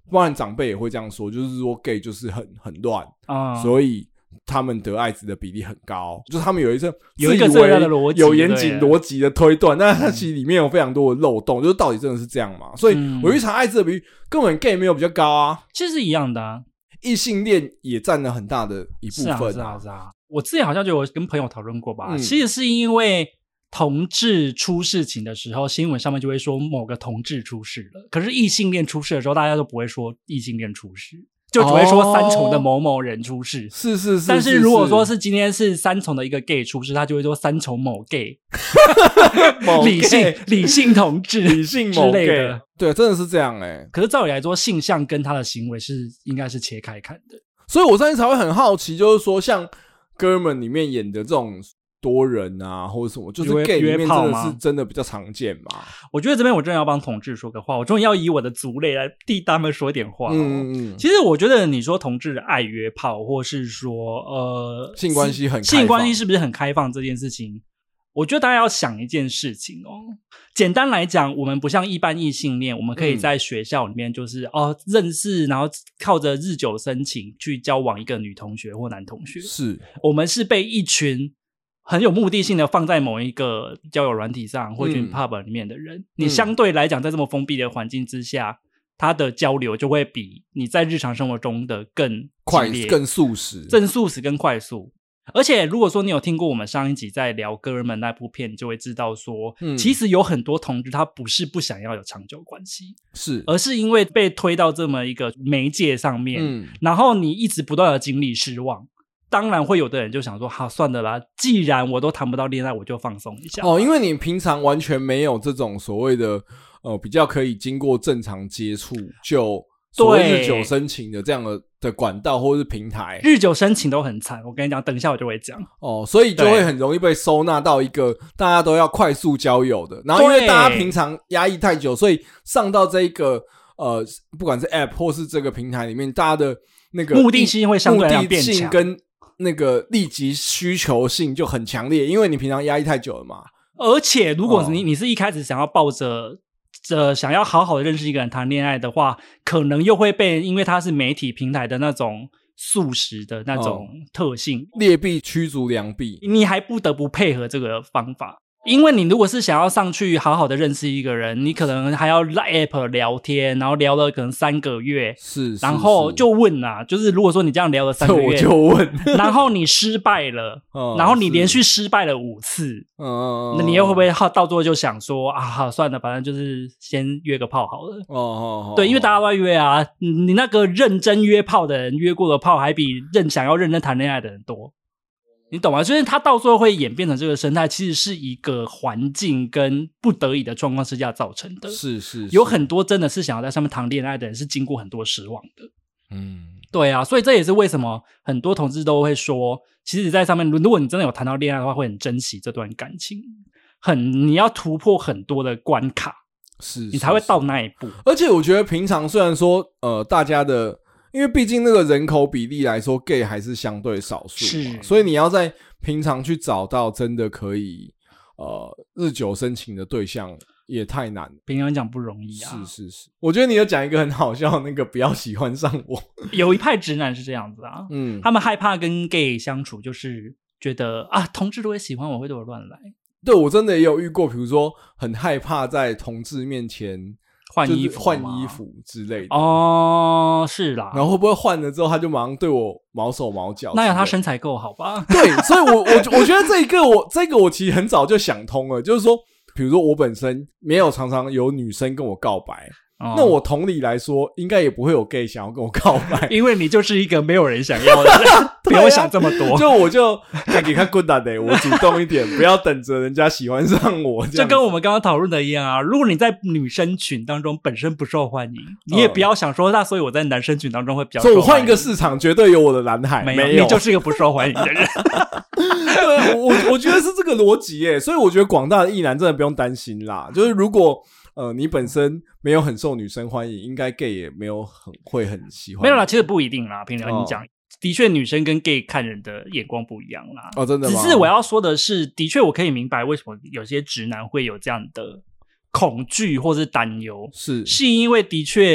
包含长辈也会这样说，就是说 gay 就是很乱啊， 所以他们得艾滋的比例很高，就是他们有一个这样的逻辑， 有严谨逻辑的推断，但它其实里面有非常多的漏洞，就是到底真的是这样吗？所以我去查艾滋的比率，根本 gay 没有比较高啊， 其实是一样的啊， 异性恋也占了很大的一部分。 是啊，我之前好像就有跟朋友讨论过吧，其实是因为同志出事情的时候，新闻上面就会说某个同志出事了，可是异性恋出事的时候，大家都不会说异性恋出事。就只会说三重的某某人出事， 是， 但是如果说是今天是三重的一个 gay 出事，他就会说三重某 gay， 理性同志， 理性某 gay， 对，真的是这样可是照理来说，性向跟他的行为是应该是切开看的， 所以我上次才会很好奇，就是说像哥们里面演的这种多人啊，或者什么，就是 gay 里面真的是真的比较常见嘛？ 我觉得这边我真的要帮同志说个话，我终于要以我的族类来替他们说点话。其实我觉得你说同志爱约炮，或是说性关系很开放， 性关系是不是很开放这件事情，我觉得大家要想一件事情哦。简单来讲，我们不像一般异性恋，我们可以在学校里面就是认识，然后靠着日久生情去交往一个女同学或男同学。 是我们是被一群很有目的性的放在某一个交友软体上或群 pub 里面的人，你相对来讲在这么封闭的环境之下，他的交流就会比你在日常生活中的更快、更速食、 更快速。而且如果说你有听过我们上一集在聊哥儿们那部片，你就会知道说其实有很多同志他不是不想要有长久关系， 是而是因为被推到这么一个媒介上面，然后你一直不断的经历失望，当然会有的人就想说好算了啦，既然我都谈不到恋爱，我就放松一下因为你平常完全没有这种所谓的比较可以经过正常接触就所谓日久生情的这样的管道或是平台， 日久生情都很惨，我跟你讲等一下我就会讲所以就会很容易被收纳到一个大家都要快速交友的，然后因为大家平常压抑太久，所以上到这一个不管是 App 或是这个平台里面，大家的那个目的性会相对来讲变强， 跟那个立即需求性就很强烈，因为你平常压抑太久了嘛。 而且如果你是一开始想要抱着想要好好的认识一个人谈恋爱的话，可能又会被因为它是媒体平台的那种速食的那种特性， 劣币驱逐良币， 你还不得不配合这个方法。因为你如果是想要上去好好的认识一个人，你可能还要 App 聊天，然后聊了可能3个月， 是然后就问啊，就是如果说你这样聊了3个月， 我就问然后你失败了然后你连续失败了5次那你又会不会到最后就想说好算了，反正就是先约个炮好了对，因为大家都在约啊，你那个认真约炮的人约过的炮还比想要认真谈恋爱的人多，你懂吗？就是它到最后会演变成这个生态，其实是一个环境跟不得已的状况之下造成的。 是有很多真的是想要在上面谈恋爱的人是经过很多失望的。对啊，所以这也是为什么很多同志都会说，其实在上面如果你真的有谈到恋爱的话，会很珍惜这段感情，你要突破很多的关卡，你才会到那一步。 而且我觉得平常虽然说大家的因为毕竟那个人口比例来说 gay 还是相对少数嘛，所以你要在平常去找到真的可以日久生情的对象也太难了， 平常讲不容易啊。 是，我觉得你有讲一个很好笑的那个不要喜欢上我有一派直男是这样子啊他们害怕跟 gay 相处，就是觉得同志都会喜欢我，会对我乱来。 对，我真的也有遇过，比如说很害怕在同志面前换衣服之类的是啦， 然后会不会换了之后他就马上对我毛手毛脚？ 那有他身材够好吧？ 对，所以我觉得这个我其实很早就想通了，就是说比如说我本身没有常常有女生跟我告白那我同理来说应该也不会有 gay 想要跟我告白因为你就是一个没有人想要的人不用想这么多就我就给他滚蛋的我主动一点不要等着人家喜欢上我这样就跟我们刚刚讨论的一样啊，如果你在女生群当中本身不受欢迎你也不要想说那所以我在男生群当中会比较受欢迎， 所以我换一个市场绝对有我的蓝海，没有你就是一个不受欢迎的人对，我觉得是这个逻辑耶，所以我觉得广大的异男真的不用担心啦，就是如果你本身没有很受女生欢迎，应该 gay 也没有会很喜欢。 没有啦，其实不一定啦，平常你讲的确女生跟 gay 看人的眼光不一样啦真的吗？ 只是我要说的是的确我可以明白为什么有些直男会有这样的恐惧或是担忧，是因为的确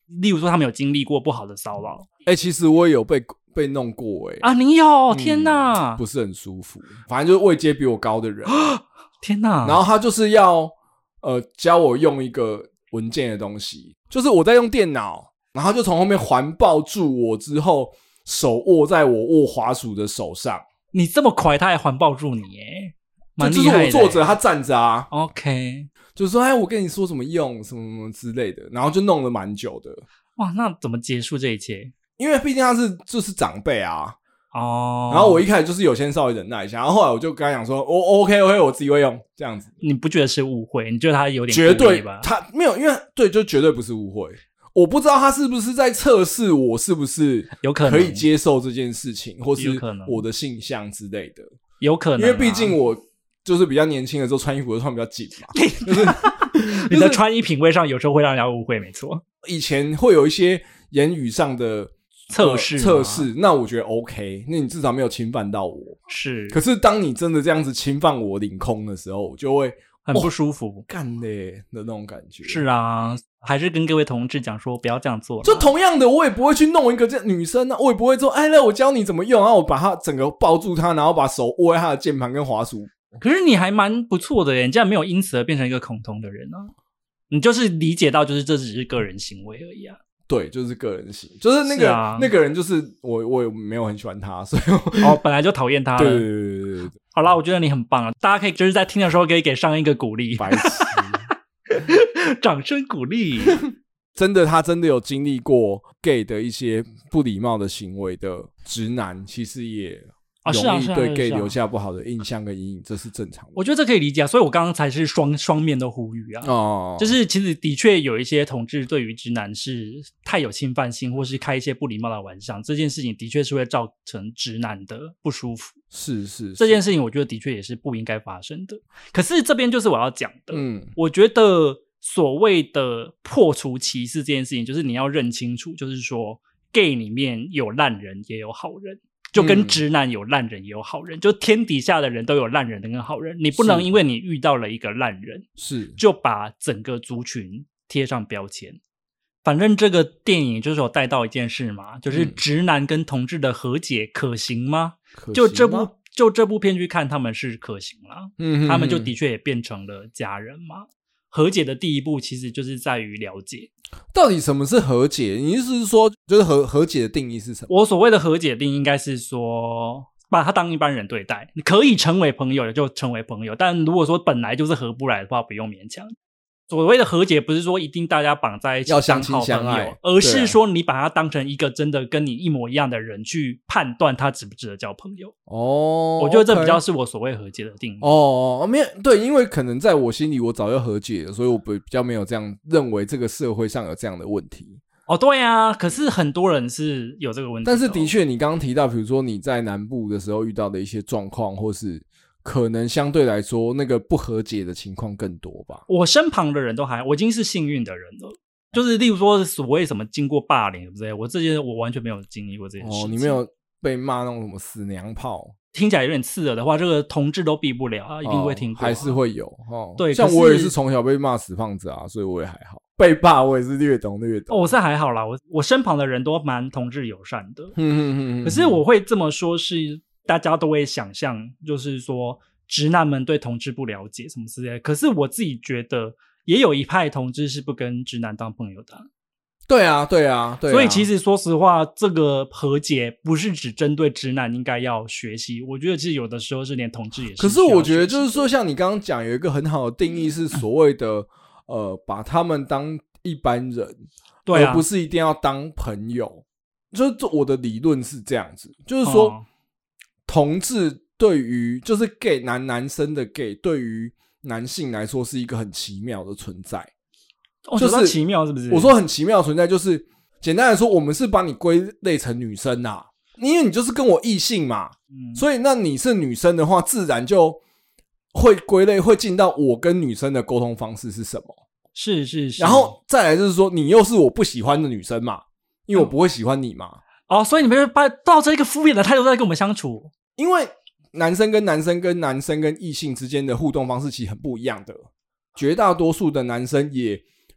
例如说他们有经历过不好的骚扰。 其实我也有被弄过啊，你有？天哪， 不是很舒服。反正就是位阶比我高的人， 天哪！ 然后他就是要教我用一个文件的东西，就是我在用电脑，然后就从后面环抱住我之后，手握在我握滑鼠的手上。 你这么快，他还环抱住你耶，蛮厉害的。 就是我坐着，他站着啊。 OK， 就是说，我跟你说怎么用，什么什么之类的，然后就弄了蛮久的。 哇，那怎么结束这一切？ 因为毕竟他就是长辈啊。 哦， 然后我一开始就是有先稍微忍耐一下，然后后来我就跟他讲说，OK， 我自己会用这样子。 你不觉得是误会？你觉得他有点绝对吧？ 他没有，因为对，就绝对不是误会。我不知道他是不是在测试我是不是有可能可以接受这件事情，或是我的性向之类的。 有可能， 因为毕竟我就是比较年轻的时候穿衣服都穿比较紧嘛，就是你的穿衣品味上有时候会让人家误会，没错。 以前会有一些言语上的测试，那我觉得 OK， 那你至少没有侵犯到我。 是， 可是当你真的这样子侵犯我领空的时候，我就会很不舒服， 干嘞的那种感觉。 是啊，还是跟各位同志讲说不要这样做。 就同样的，我也不会去弄一个这女生啊，我也不会说，那我教你怎么用，然后我把她整个抱住她，然后把手握在她的键盘跟滑鼠。 可是你还蛮不错的耶，你竟然没有因此而变成一个恐同的人啊！你就是理解到，就是这只是个人行为而已啊。 对，就是个人行，就是那个那个人，就是我也没有很喜欢他，所以本来就讨厌他了。 对。 好啦，我觉得你很棒啊！大家可以就是在听的时候可以给上一个鼓励， 白痴， 掌声鼓励。 真的，他真的有经历过 gay 的一些不礼貌的行为的直男，其实也容易对 gay 留下不好的印象跟阴影，这是正常的。 我觉得这可以理解啊，所以我刚刚才是双面的呼吁啊。就是其实的确有一些同志对于直男是太有侵犯性，或是开一些不礼貌的玩笑，这件事情的确是会造成直男的不舒服。是，这件事情我觉得的确也是不应该发生的。可是这边就是我要讲的，我觉得所谓的破除歧视这件事情，就是你要认清楚，就是说 gay 里面有烂人也有好人。就跟直男有烂人也有好人，就天底下的人都有烂人跟好人，你不能因为你遇到了一个烂人，就把整个族群贴上标签。反正这个电影就是有带到一件事嘛，就是直男跟同志的和解可行吗？就这部片去看，他们是可行啦，他们就的确也变成了家人嘛。和解的第一步其实就是在于了解。 到底什么是和解？你意思是说，就是和解的定义是什么？ 我所谓的和解定义应该是说，把他当一般人对待，你可以成为朋友就成为朋友，但如果说本来就是合不来的话，不用勉强。所谓的和解不是说一定大家绑在一起要相亲相爱， 而是说你把他当成一个真的跟你一模一样的人去判断他值不值得交朋友。我觉得这比较是我所谓和解的定义。 没有，对，因为可能在我心里我早就和解了，所以我比较没有这样认为这个社会上有这样的问题。 对啊，可是很多人是有这个问题。 但是的确你刚刚提到比如说你在南部的时候遇到的一些状况，或是可能相对来说那个不和解的情况更多吧。 我身旁的人都我已经是幸运的人了，就是例如说所谓什么经过霸凌之类，我完全没有经历过这件事情。 你没有被骂那种什么死娘炮， 听起来有点刺耳的话，这个同志都避不了啊，一定会听过还是会有对， 像我也是从小被骂死胖子啊，所以我也还好。被霸我也是略懂。 我是还好啦，我身旁的人都蛮同志友善的。可是我会这么说是大家都会想象，就是说直男们对同志不了解什么之类的。可是我自己觉得也有一派同志是不跟直男当朋友的。 对啊。 所以其实说实话，这个和解不是只针对直男应该要学习，我觉得其实有的时候是连同志也是。 可是我觉得就是说，像你刚刚讲有一个很好的定义是所谓的把他们当一般人， 对啊， 而不是一定要当朋友。就是我的理论是这样子，就是说同志对于就是 gay 男生的 gay 对于男性来说是一个很奇妙的存在。 就是奇妙是不是？ 我说很奇妙的存在，就是简单来说，我们是把你归类成女生啊，因为你就是跟我异性嘛，所以那你是女生的话，自然就会归类，会进到我跟女生的沟通方式是什么。 是。 然后再来就是说，你又是我不喜欢的女生嘛，因为我不会喜欢你嘛。 所以你们就抱着一个敷衍的态度在跟我们相处。 因为男生跟男生跟男生跟异性之间的互动方式其实很不一样的，绝大多数的男生也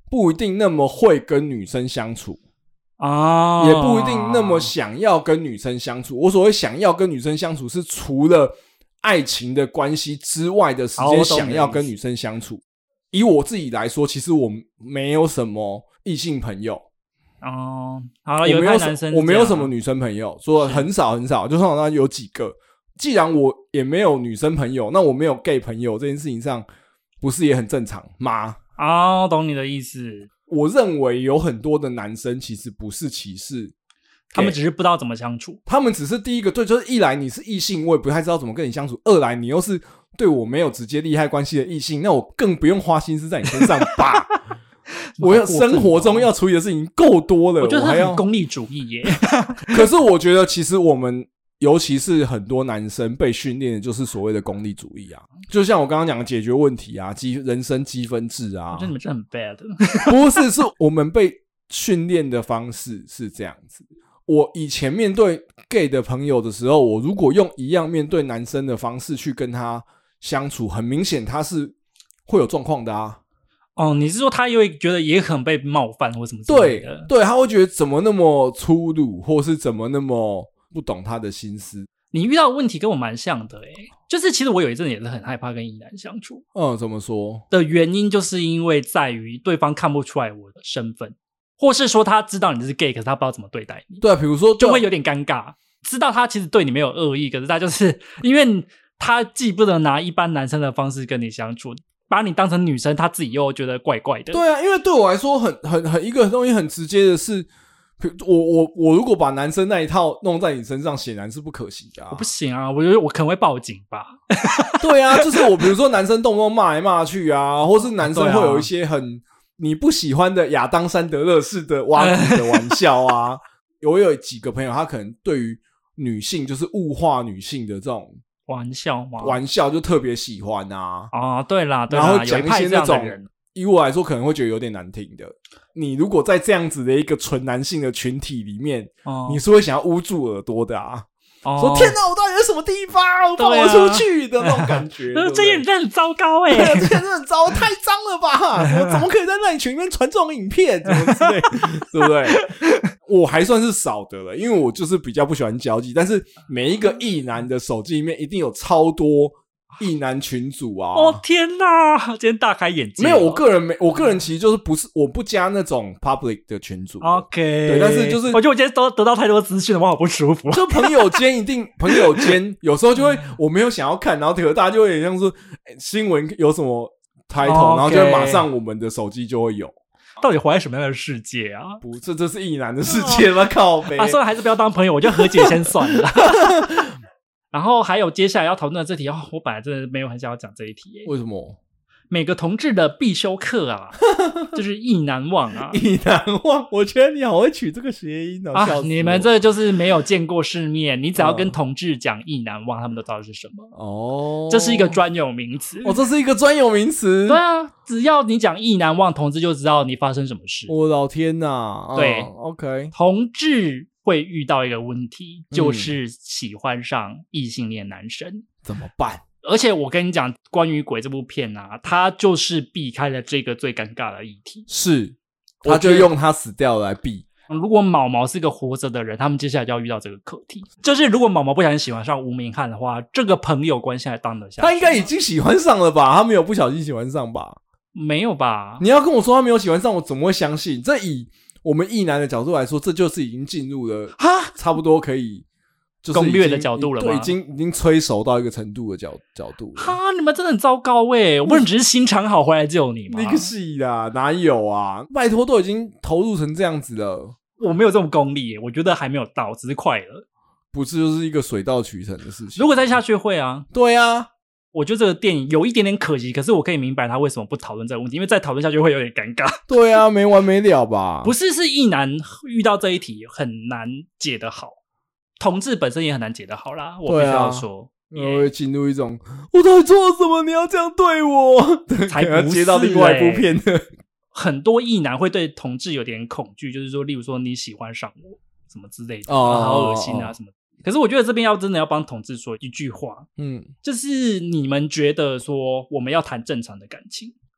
不一定那么会跟女生相处啊， 也不一定那么想要跟女生相处。我所谓想要跟女生相处，是除了爱情的关系之外的时间想要跟女生相处。以我自己来说，其实我没有什么异性朋友。 哦，好了，有一派男生我没有什么女生朋友，说很少很少，就算有几个。既然我也没有女生朋友，那我没有 gay 朋友这件事情上，不是也很正常吗？ 哦，懂你的意思。 我认为有很多的男生其实不是歧视， 他们只是不知道怎么相处。 他们只是第一个对，就是一来你是异性，我也不太知道怎么跟你相处；二来你又是对我没有直接利害关系的异性，那我更不用花心思在你身上吧。我要生活中要处理的事情够多了， 我觉得他还要很功利主义耶。 可是我觉得其实我们尤其是很多男生被训练的就是所谓的功利主义啊，就像我刚刚讲的解决问题啊，人生积分制啊， 我觉得你们真的很 bad。 不是，是我们被训练的方式是这样子。我以前面对 gay 的朋友的时候，我如果用一样面对男生的方式去跟他相处，很明显他是会有状况的啊。 哦，你是说他又会觉得也可能被冒犯或什么之类的？ 对，他会觉得怎么那么粗鲁，或是怎么那么不懂他的心思。 你遇到的问题跟我蛮像的就是其实我有一阵也是很害怕跟异男相处。 怎么说的原因就是因为在于对方看不出来我的身份，或是说他知道你是 gay， 可是他不知道怎么对待你。 对，比如说就会有点尴尬。知道他其实对你没有恶意，可是他就是因为他既不能拿一般男生的方式跟你相处，把你当成女生，他自己又觉得怪怪的。 对啊，因为对我来说很一个东西很直接的是，我如果把男生那一套弄在你身上，显然是不可行的啊。 我不行啊，我觉得我可能会报警吧。 对啊，就是我比如说男生动不动骂来骂去啊，或是男生会有一些很你不喜欢的亚当山德勒式的挖苦的玩笑啊。我有几个朋友，他可能对于女性就是物化女性的这种玩笑吗？ 玩笑就特别喜欢啊。 对啦， 然后讲一些那种人， 以我来说可能会觉得有点难听的。你如果在这样子的一个纯男性的群体里面，你是会想要捂住耳朵的啊。说天哪，我到底在什么地方？放我出去的那种感觉。 这些人真的很糟糕对啊，这些人真的很糟，太脏了吧？怎么可以在那里群里面传这种影片？怎么之类，对不对？我还算是少的了，因为我就是比较不喜欢交际。但是每一个异男的手机里面一定有超多异男群组啊！ 天哪，今天大开眼界。 没有，我个人其实就是我不加那种 public 的群组。 OK， 对，但是就是我觉得我今天都得到太多资讯了，我好不舒服。 就朋友间朋友间有时候就会我没有想要看，然后可能大家就会有点像是新闻有什么 title， 然后就会马上我们的手机就会有。 到底活在什么样的世界啊？ 不，这是异男的世界吗？靠北算了，还是不要当朋友，我就和解先算了。然后还有接下来要讨论的这题我本来真的没有很想要讲这一题为什么？ 每个同志的必修课啊，就是意难忘啊。 意难忘，我觉得你好会取这个谐音你们这就是没有见过世面，你只要跟同志讲意难忘，他们都知道是什么。这是一个专有名词。 这是一个专有名词。 对啊，只要你讲意难忘，同志就知道你发生什么事。 我老天哪！ 对 ，OK， 同志会遇到一个问题，就是喜欢上异性恋男生， 怎么办？ 而且我跟你讲，关于鬼这部片啊，他就是避开了这个最尴尬的议题。 是，他就用他死掉来避。 如果毛毛是个活着的人，他们接下来就要遇到这个课题。就是如果毛毛不小心喜欢上无名汉的话，这个朋友关系还当得下去？ 他应该已经喜欢上了吧？他没有不小心喜欢上吧？ 没有吧？ 你要跟我说他没有喜欢上，我怎么会相信？这以我们异男的角度来说，这就是已经进入了差不多可以就是攻略的角度了吗？ 对，已经催熟到一个程度的角度了。 你们真的很糟糕我不能只是心肠好回来救你吗？ 那个是啦，哪有啊？拜托，都已经投入成这样子了。 我没有这种功力我觉得还没有到，只是快了。 不是，就是一个水到渠成的事情。 如果再下去会啊。 对啊。 我觉得这个电影有一点点可惜，可是我可以明白他为什么不讨论这个问题，因为再讨论下去会有点尴尬。 对啊，没完没了吧？ 不是，是异男遇到这一题很难解得好，同志本身也很难解得好啦。我必须要说， 我会进入一种我到底做了什么？你要这样对我？ 才不是接到另外一部片的。 很多异男会对同志有点恐惧，就是说，例如说你喜欢上我什么之类的，好恶心啊什么。可是我觉得这边真的要帮同志说一句话，就是你们觉得说我们要谈正常的感情，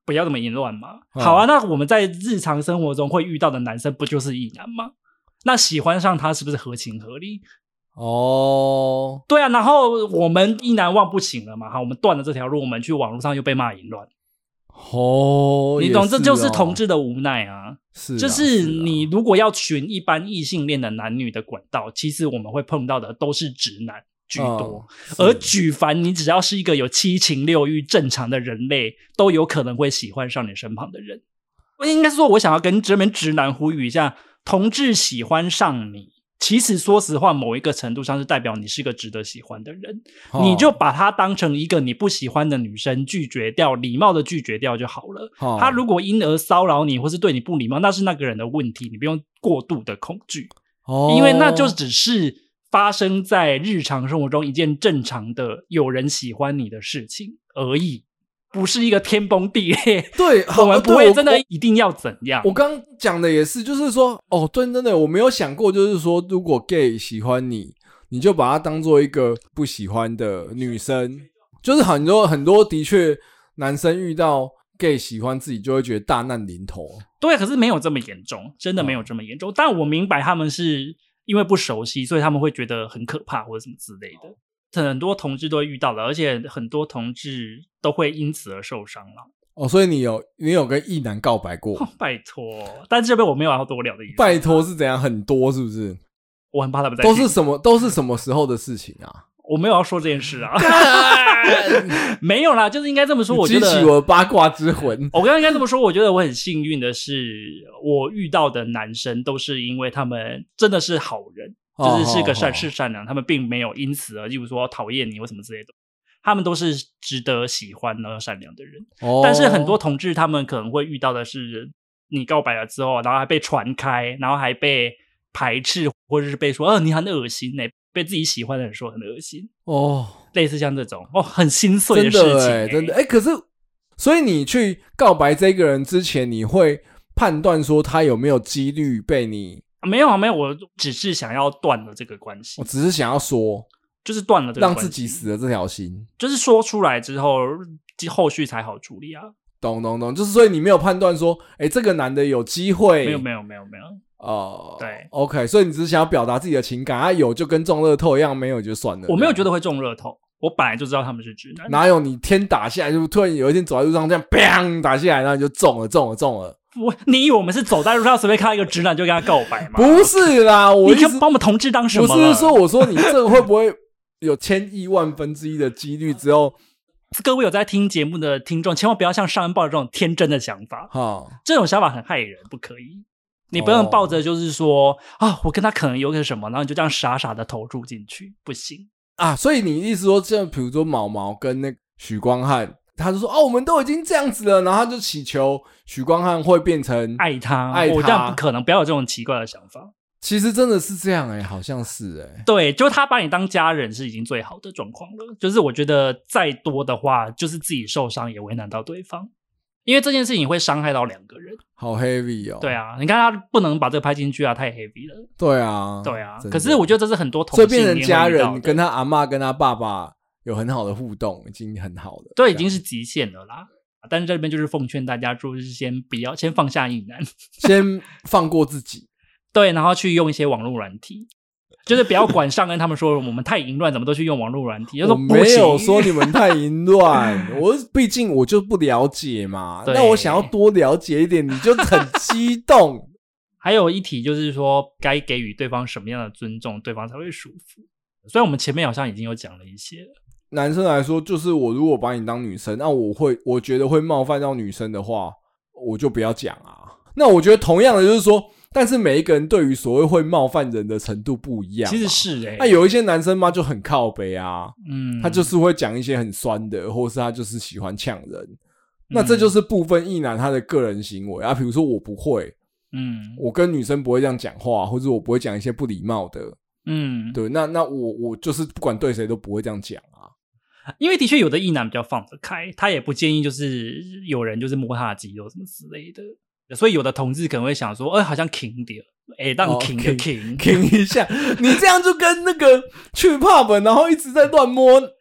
不要这么淫乱嘛。好啊，那我们在日常生活中会遇到的男生不就是异男吗？那喜欢上他是不是合情合理？ 哦， 对啊，然后我们异男忘不行了嘛，好，我们断了这条路，我们去网络上又被骂淫乱。 哦， 你懂，这就是同志的无奈啊。 是啊， 就是你如果要寻一般异性恋的男女的管道，其实我们会碰到的都是直男居多，而举凡你只要是一个有七情六欲正常的人类，都有可能会喜欢上你身旁的人。应该说我想要跟这边直男呼吁一下，同志喜欢上你，其实说实话某一个程度上是代表你是个值得喜欢的人，你就把他当成一个你不喜欢的女生拒绝掉，礼貌的拒绝掉就好了。他如果因而骚扰你或是对你不礼貌，那是那个人的问题，你不用过度的恐惧，因为那就只是发生在日常生活中一件正常的有人喜欢你的事情而已，不是一个天崩地裂。 对， 我们不会真的一定要怎样。 我刚讲的也是，就是说，对，真的我没有想过，就是说，如果 gay 喜欢你，你就把他当做一个不喜欢的女生，就是很多的确男生遇到 gay 喜欢自己就会觉得大难临头。 对，可是没有这么严重，真的没有这么严重。但我明白他们是因为不熟悉，所以他们会觉得很可怕或者什么之类的。很多同志都会遇到的，而且很多同志都会因此而受伤了。 所以你有跟异男告白过？ 拜托，但这边我没有要多聊的意思。 拜托是怎样？很多是不是？ 我很怕他们在都是什么时候的事情啊？ 我没有要说这件事啊。没有啦，就是应该这么说。我觉得激起我的八卦之魂。 我刚刚应该这么说，我觉得我很幸运的是，我遇到的男生都是因为他们真的是好人，就是是个善良，他们并没有因此而例如说讨厌你或什么之类的，他们都是值得喜欢而善良的人。但是很多同志他们可能会遇到的是，你告白了之后，然后还被传开，然后还被排斥，或者是被说你很恶心被自己喜欢的人说很恶心类似像这种很心碎的事情。 真的可是所以你去告白这个人之前，你会判断说他有没有几率被你？ 没有，我只是想要断了这个关系。 我只是想要说， 就是断了这个关系， 让自己死了这条心， 就是说出来之后，后续才好处理啊。 懂，就是所以你没有判断说，这个男的有机会？ 没有。对 ，OK， 所以你只是想要表达自己的情感，有就跟中乐透一样，没有就算了。 我没有觉得会中乐透，我本来就知道他们是直男。 哪有你天打下来，就突然有一天走在路上这样，砰打下来，然后你就中了。 你以为我们是走在路上随便看到一个直男就跟他告白吗？ 不是啦， 你可以把我们同志当什么了？ 不是说我说你这个会不会有千亿万分之一的几率之后？ 各位有在听节目的听众，千万不要像上恩抱着这种天真的想法，这种想法很害人，不可以。你不能抱着就是说我跟他可能有个什么，然后你就这样傻傻的投入进去，不行啊。所以你意思说，像比如说毛毛跟那许光汉，他就说我们都已经这样子了，然后他就祈求许光汉会变成爱他，我这样不可能，不要有这种奇怪的想法。 其实真的是这样好像是对，就他把你当家人是已经最好的状况了。就是我觉得再多的话，就是自己受伤也为难到对方，因为这件事情会伤害到两个人。 好 heavy 对啊，你看他不能把这个拍进去啊，太 heavy 了。对啊，可是我觉得这是很多同性恋会遇到的， 所以变成家人，跟他阿嬷跟他爸爸有很好的互动，已经很好了。 对，已经是极限了啦。但是这边就是奉劝大家，就是先放下异男， 先放过自己。 对，然后去用一些网络软体，就是不要管上恩他们说我们太淫乱，怎么都去用网络软体。 我没有说你们太淫乱，毕竟我就不了解嘛。那我想要多了解一点，你就很激动。 还有一题就是说，该给予对方什么样的尊重，对方才会舒服。所以我们前面好像已经有讲了一些了。 男生来说，就是我如果把你当女生，那我觉得会冒犯到女生的话，我就不要讲啊。那我觉得同样的就是说，但是每一个人对于所谓会冒犯人的程度不一样。 其实是那有一些男生嘛就很靠北啊，他就是会讲一些很酸的，或是他就是喜欢呛人。那这就是部分异男他的个人行为啊。比如说我不会，我跟女生不会这样讲话，或者我不会讲一些不礼貌的。对，那我就是不管对谁都不会这样讲啊。 因为的确有的异男比较放得开，他也不建议就是有人就是摸他的肌肉什么之类的。所以有的同志可能会想说好像king掉让king的king 一下。你这样就跟那个去 pub 然后一直在乱摸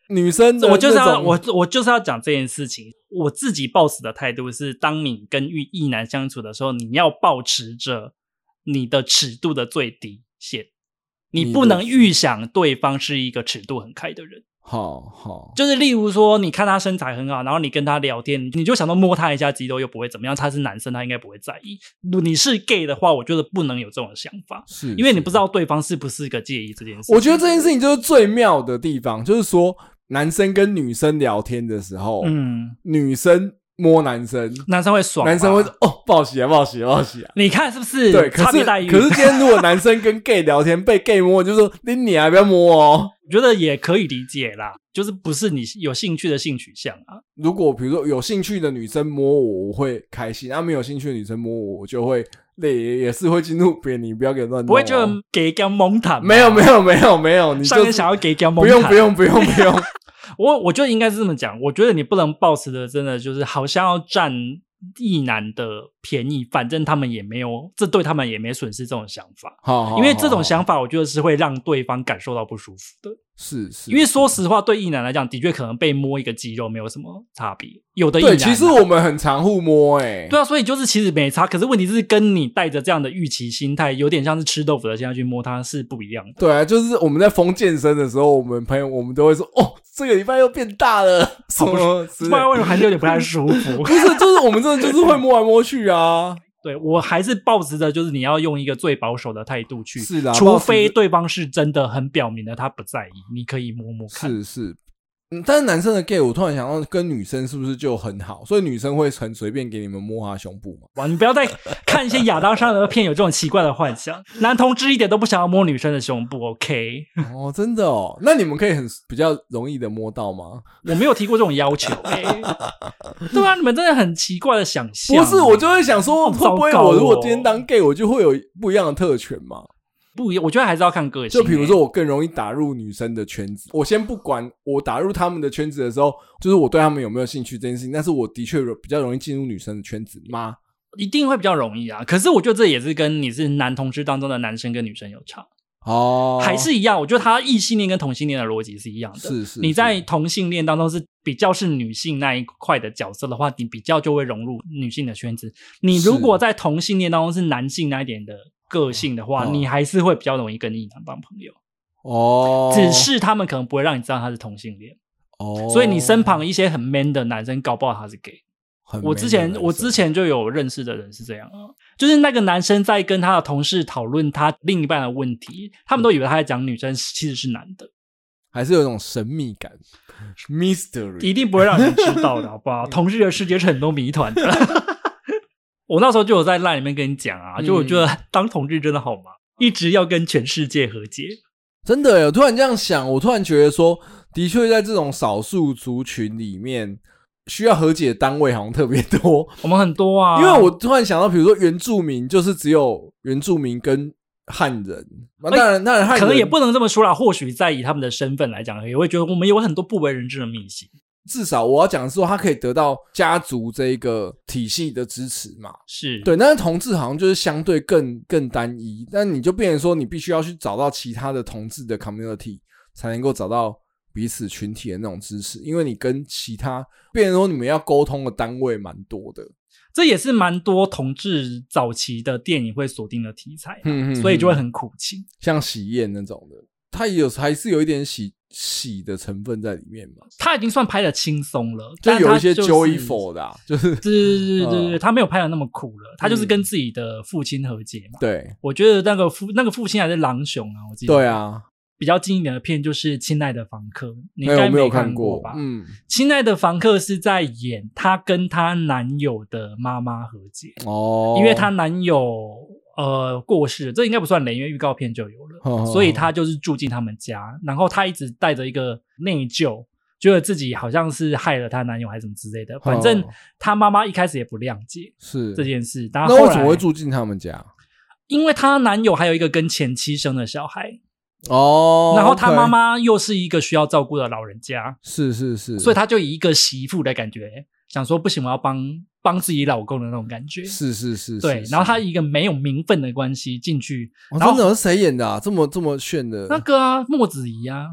女生的我就是要讲这件事情。我自己抱持的态度是，当你跟异男相处的时候，你要抱持着你的尺度的最低线，你不能预想对方是一个尺度很开的人。 好， 就是例如说你看他身材很好，然后你跟他聊天，你就想到摸他一下肌肉又不会怎么样，他是男生他应该不会在意。你是 gay 的话，我觉得不能有这种想法，是因为你不知道对方是不是个介意这件事情。 我觉得这件事情就是最妙的地方，就是说男生跟女生聊天的时候，女生摸男生会爽， 男生会报喜啊， 你看是不是？ 对， 差别待遇。 可是今天如果男生跟 gay 聊天被 gay 摸，就说你不要摸哦。 我觉得也可以理解啦，就是不是你有兴趣的性取向啊。 如果比如说有兴趣的女生摸我会开心，没有兴趣的女生摸我就会累，也是会进入别你不要给乱弄， 不会就给干蒙坦。 没有，你上面想要给干蒙坦， 不用。 我觉得应该是这么讲，我觉得你不能抱持的真的就是好像要占异男的便宜，反正他们也没有，这对他们也没损失这种想法。因为这种想法我觉得是会让对方感受到不舒服的。 是因为说实话，对异男来讲的确可能被摸一个肌肉没有什么差别，有的异男对，其实我们很常互摸对啊，所以就是其实没差，可是问题是跟你带着这样的预期心态，有点像是吃豆腐的心态去摸它是不一样的。 对啊，就是我们在疯健身的时候，我们朋友我们都会说这个礼拜又变大了，什么不然为什么还是有点不太舒服？ 不是，就是我们真的就是会摸来摸去啊。 对，我还是抱持着就是你要用一个最保守的态度去， 是的， 除非对方是真的很表明了他不在意，你可以摸摸看。 是。但是男生的 gay 我突然想到跟女生是不是就很好，所以女生会很随便给你们摸她胸部吗？ 哇，你不要再看一些亚当山的片有这种奇怪的幻想，男同志一点都不想要摸女生的胸部 OK 真的那你们可以比较容易的摸到吗？ 我没有提过这种要求对啊，你们真的很奇怪的想象。 不是，我就会想说会不会我如果今天当 gay 我就会有不一样的特权嘛？ 不一样，我觉得还是要看个性。 就比如说我更容易打入女生的圈子，我先不管我打入他们的圈子的时候，就是我对他们有没有兴趣这件事情，但是我的确比较容易进入女生的圈子吗？ 一定会比较容易啊，可是我觉得这也是跟你是男同志当中的男生跟女生有差还是一样。我觉得他异性恋跟同性恋的逻辑是一样的。 是你在同性恋当中是比较是女性那一块的角色的话，你比较就会融入女性的圈子。你如果在同性恋当中是男性那一点的个性的话，你还是会比较容易跟异男当朋友只是他们可能不会让你知道他是同性恋所以你身旁一些很 man 的男生搞不好他是 gay。我之前就有认识的人是这样就是那个男生在跟他的同事讨论他另一半的问题，他们都以为他在讲女生，其实是男的， 还是有一种神秘感 mystery， 一定不会让人知道的好不好同志的世界是很多谜团的我那时候就有在 LINE 里面跟你讲就我觉得当同志真的好忙，一直要跟全世界和解。 真的耶，我突然这样想，我突然觉得说的确在这种少数族群里面需要和解的单位好像特别多。 我们很多因为我突然想到比如说原住民，就是只有原住民跟汉人当然汉人可能也不能这么说啦，或许在以他们的身份来讲，也会觉得我们有很多不为人知的秘辛。 至少我要讲的是说他可以得到家族这一个体系的支持嘛， 是对。但是同志好像就是相对更单一，但你就变成说你必须要去找到其他的同志的 community 才能够找到彼此群体的那种支持，因为你跟其他变成说你们要沟通的单位蛮多的。 这也是蛮多同志早期的电影会锁定的题材所以就会很苦情， 像喜宴那种的，它还是有一点喜的成分在里面嘛。 他已经算拍的轻松了， 就有一些 joyful 的就是对他没有拍的那么苦了，他就是跟自己的父亲和解嘛。 对， 我觉得那个父亲还是狼熊我记得。 对啊， 比较经典的片就是《亲爱的房客》，你应该没看过吧？亲爱的房客是在演她跟她男友的妈妈和解因为她男友过世了，这应该不算雷，因为预告片就有了所以她就是住进他们家，然后她一直带着一个内疚，觉得自己好像是害了她男友还是什么之类的，反正她妈妈一开始也不谅解是这件事。那为什么会住进他们家？ 因为她男友还有一个跟前妻生的小孩然后她妈妈又是一个需要照顾的老人家， 是， 所以她就以一个媳妇的感觉想说不行，我要帮自己老公的那种感觉， 是对。然后她一个没有名分的关系进去真的是谁演的这么炫的？ 那个墨子怡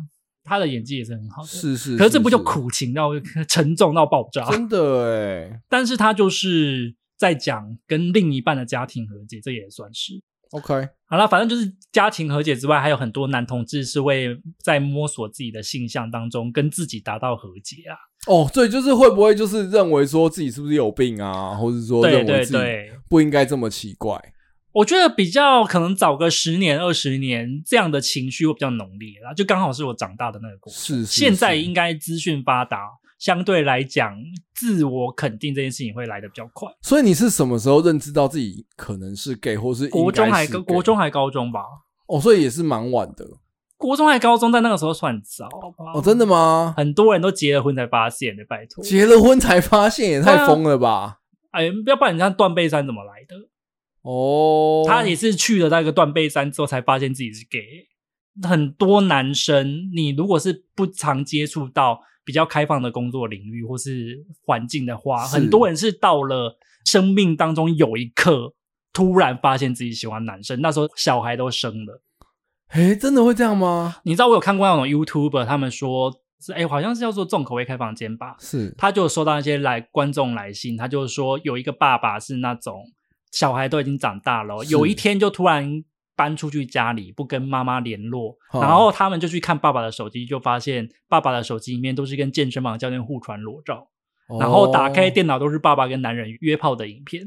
他的演技也是很好的， 是。 可是这部就苦情到沉重到爆炸， 真的耶。 但是他就是在讲跟另一半的家庭和解，这也算是 OK。 好了，反正就是家庭和解之外，还有很多男同志是会在摸索自己的性向当中跟自己达到和解啊。 哦，对，就是会不会就是认为说自己是不是有病啊，或者说认为自己不应该这么奇怪。 我觉得比较可能早个10年20年这样的情绪会比较浓烈啦，就刚好是我长大的那个过程。现在应该资讯发达，相对来讲自我肯定这件事情会来得比较快。 所以你是什么时候认知到自己可能是 gay 或是应该是 gay？ 国中还高中吧。 哦，所以也是蛮晚的。 国中还高中在那个时候算早吧。 哦，真的吗？ 很多人都结了婚才发现的，拜托。 结了婚才发现也太疯了吧。 哎，要不然你像断背山怎么来的？ 哦， 他也是去了那个断背山之后才发现自己是 gay。很多男生你如果是不常接触到比较开放的工作领域或是环境的话，很多人是到了生命当中有一刻突然发现自己喜欢男生，那时候小孩都生了。 真的会这样吗？ 你知道我有看过那种 YouTuber 他们说是好像是叫做重口味开房间吧， 是他就有收到一些观众来信，他就说有一个爸爸是那种小孩都已经长大了，有一天就突然搬出去家里不跟妈妈联络，然后他们就去看爸爸的手机，就发现爸爸的手机里面都是跟健身房教练互传裸照，然后打开电脑都是爸爸跟男人约炮的影片。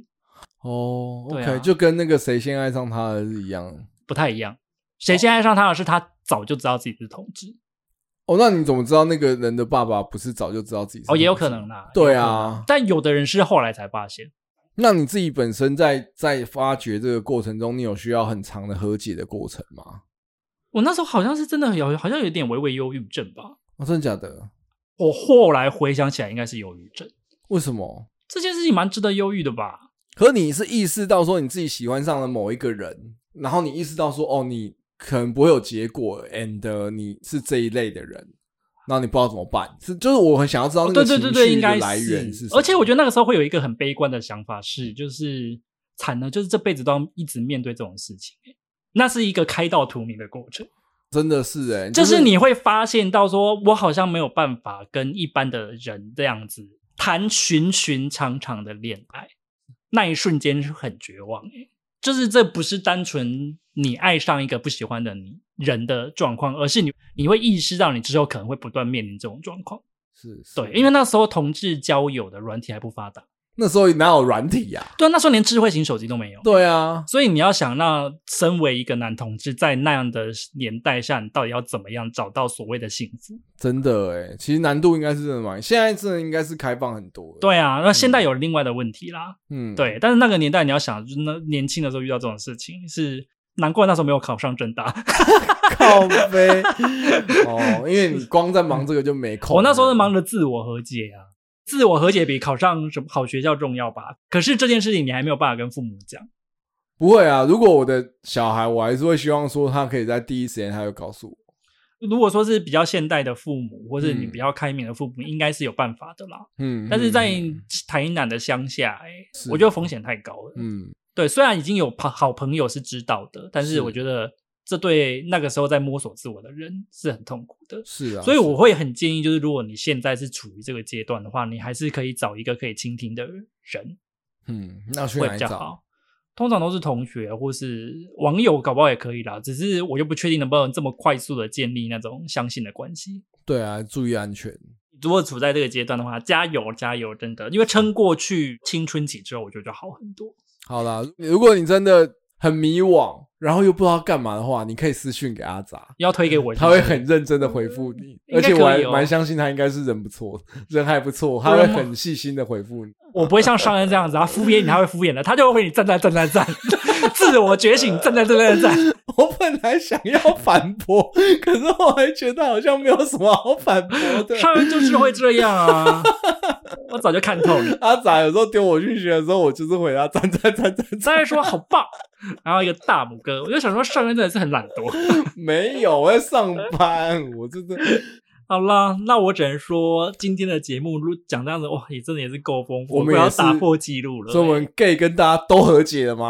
OK，就跟那个谁先爱上他的是一样。 不太一样，谁先爱上他的是他早就知道自己是同志。 那你怎么知道那个人的爸爸不是早就知道自己是同志？ 也有可能啦。 对啊， 但有的人是后来才发现。 那你自己本身在发掘这个过程中，你有需要很长的和解的过程吗？ 我那时候好像是真的好像有点微微忧郁症吧。 真的假的？ 我后来回想起来应该是忧郁症。 为什么？ 这件事情蛮值得忧郁的吧。 可是你是意识到说你自己喜欢上了某一个人，然后你意识到说你可能不会有结果 and 你是这一类的人，然后你不知道怎么办，就是我很想要知道那个情绪的来源是什么。 而且我觉得那个时候会有一个很悲观的想法是，就是惨了，就是这辈子都要一直面对这种事情。那是一个开道图名的过程。真的是就是你会发现到说我好像没有办法跟一般的人这样子谈寻寻常常的恋爱，那一瞬间是很绝望。就是这不是单纯你爱上一个不喜欢的人的状况，而是你会意识到你之后可能会不断面临这种状况。是对，因为那时候同志交友的软体还不发达， 那时候哪有软体啊？ 对啊，那时候连智慧型手机都没有。 对啊， 所以你要想，那身为一个男同志在那样的年代下，你到底要怎么样找到所谓的幸福？真的其实难度应该是真的蛮，现在真的应该是开放很多。对啊，那现在有另外的问题啦。对，但是那个年代你要想，就是那年轻的时候遇到这种事情，是难怪那时候没有考上政大。靠北因为你光在忙这个就没空。我那时候是忙着自我和解啊。自我和解比考上什么好学校重要吧？可是这件事情你还没有办法跟父母讲。不会啊，如果我的小孩，我还是会希望说他可以在第一时间他就告诉我。如果说是比较现代的父母，或是你比较开明的父母，应该是有办法的啦。但是在台南的乡下，我觉得风险太高了。对，虽然已经有好朋友是知道的，但是我觉得这对那个时候在摸索自我的人是很痛苦的。是啊，所以我会很建议，就是如果你现在是处于这个阶段的话，你还是可以找一个可以倾听的人。那去哪里找？通常都是同学或是网友，搞不好也可以啦。只是我就不确定能不能这么快速的建立那种相信的关系。对啊，注意安全。如果处在这个阶段的话，加油加油，真的，因为撑过去青春期之后，我觉得就好很多。好啦，如果你真的很迷惘，然后又不知道干嘛的话，你可以私讯给阿杂，要推给我，他会很认真的回复你，而且我还蛮相信他应该是人不错，人还不错，他会很细心的回复你。我不会像上人这样子，他敷衍你，他会敷衍的，他就会回你赞，自我觉醒，赞。我本来想要反驳，可是我还觉得好像没有什么好反驳的。上人就是会这样啊，我早就看透了。阿杂有时候丢我讯息的时候，我就是回他赞，再说好棒，然后一个大拇哥，我就想说上人真的是很懒惰。没有，我在上班，我真的。好啦，那我只能说今天的节目讲这样子，哇，也真的也是够丰富，我们要打破记录了。所以我们 gay 跟大家都和解了吗？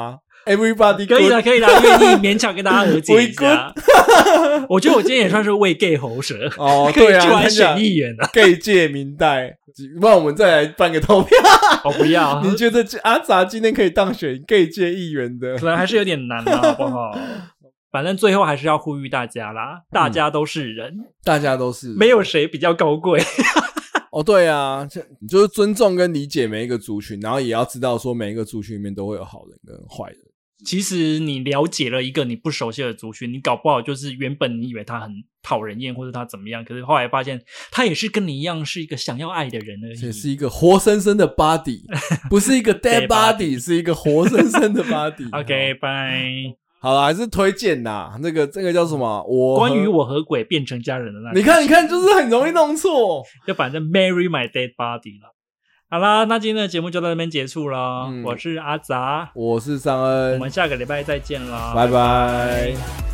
Everybody good 可以啦，可以啦，愿意勉强跟大家和解一下。我觉得我今天也算是为 gay 喉舌哦， 可以对啊， 出来选议员了。 gay 界明代，不然我们再来办个投票。 我不要， 你觉得阿杂今天可以当选 gay 界议员的？ 可能还是有点难啦，好不好？反正最后还是要呼吁大家啦，大家都是人， 大家都是， 没有谁比较高贵。 哦，对啊，你就是尊重跟理解每一个族群，然后也要知道说每一个族群里面都会有好人跟坏人。 其实你了解了一个你不熟悉的族群，你搞不好就是原本你以为他很讨人厌或者他怎么样，可是后来发现他也是跟你一样是一个想要爱的人而已， 也是一个活生生的 body， 不是一个 dead body， 是一个活生生的 body。 OK， 拜。 好了，还是推荐啦。这个叫什么？ 关于我和鬼变成家人的那个， 你看，就是很容易弄错。 就反正 marry my dead body 了。好啦，那今天的节目就到这边结束了。我是阿杂， 我是尚恩， 我们下个礼拜再见啦， 拜拜。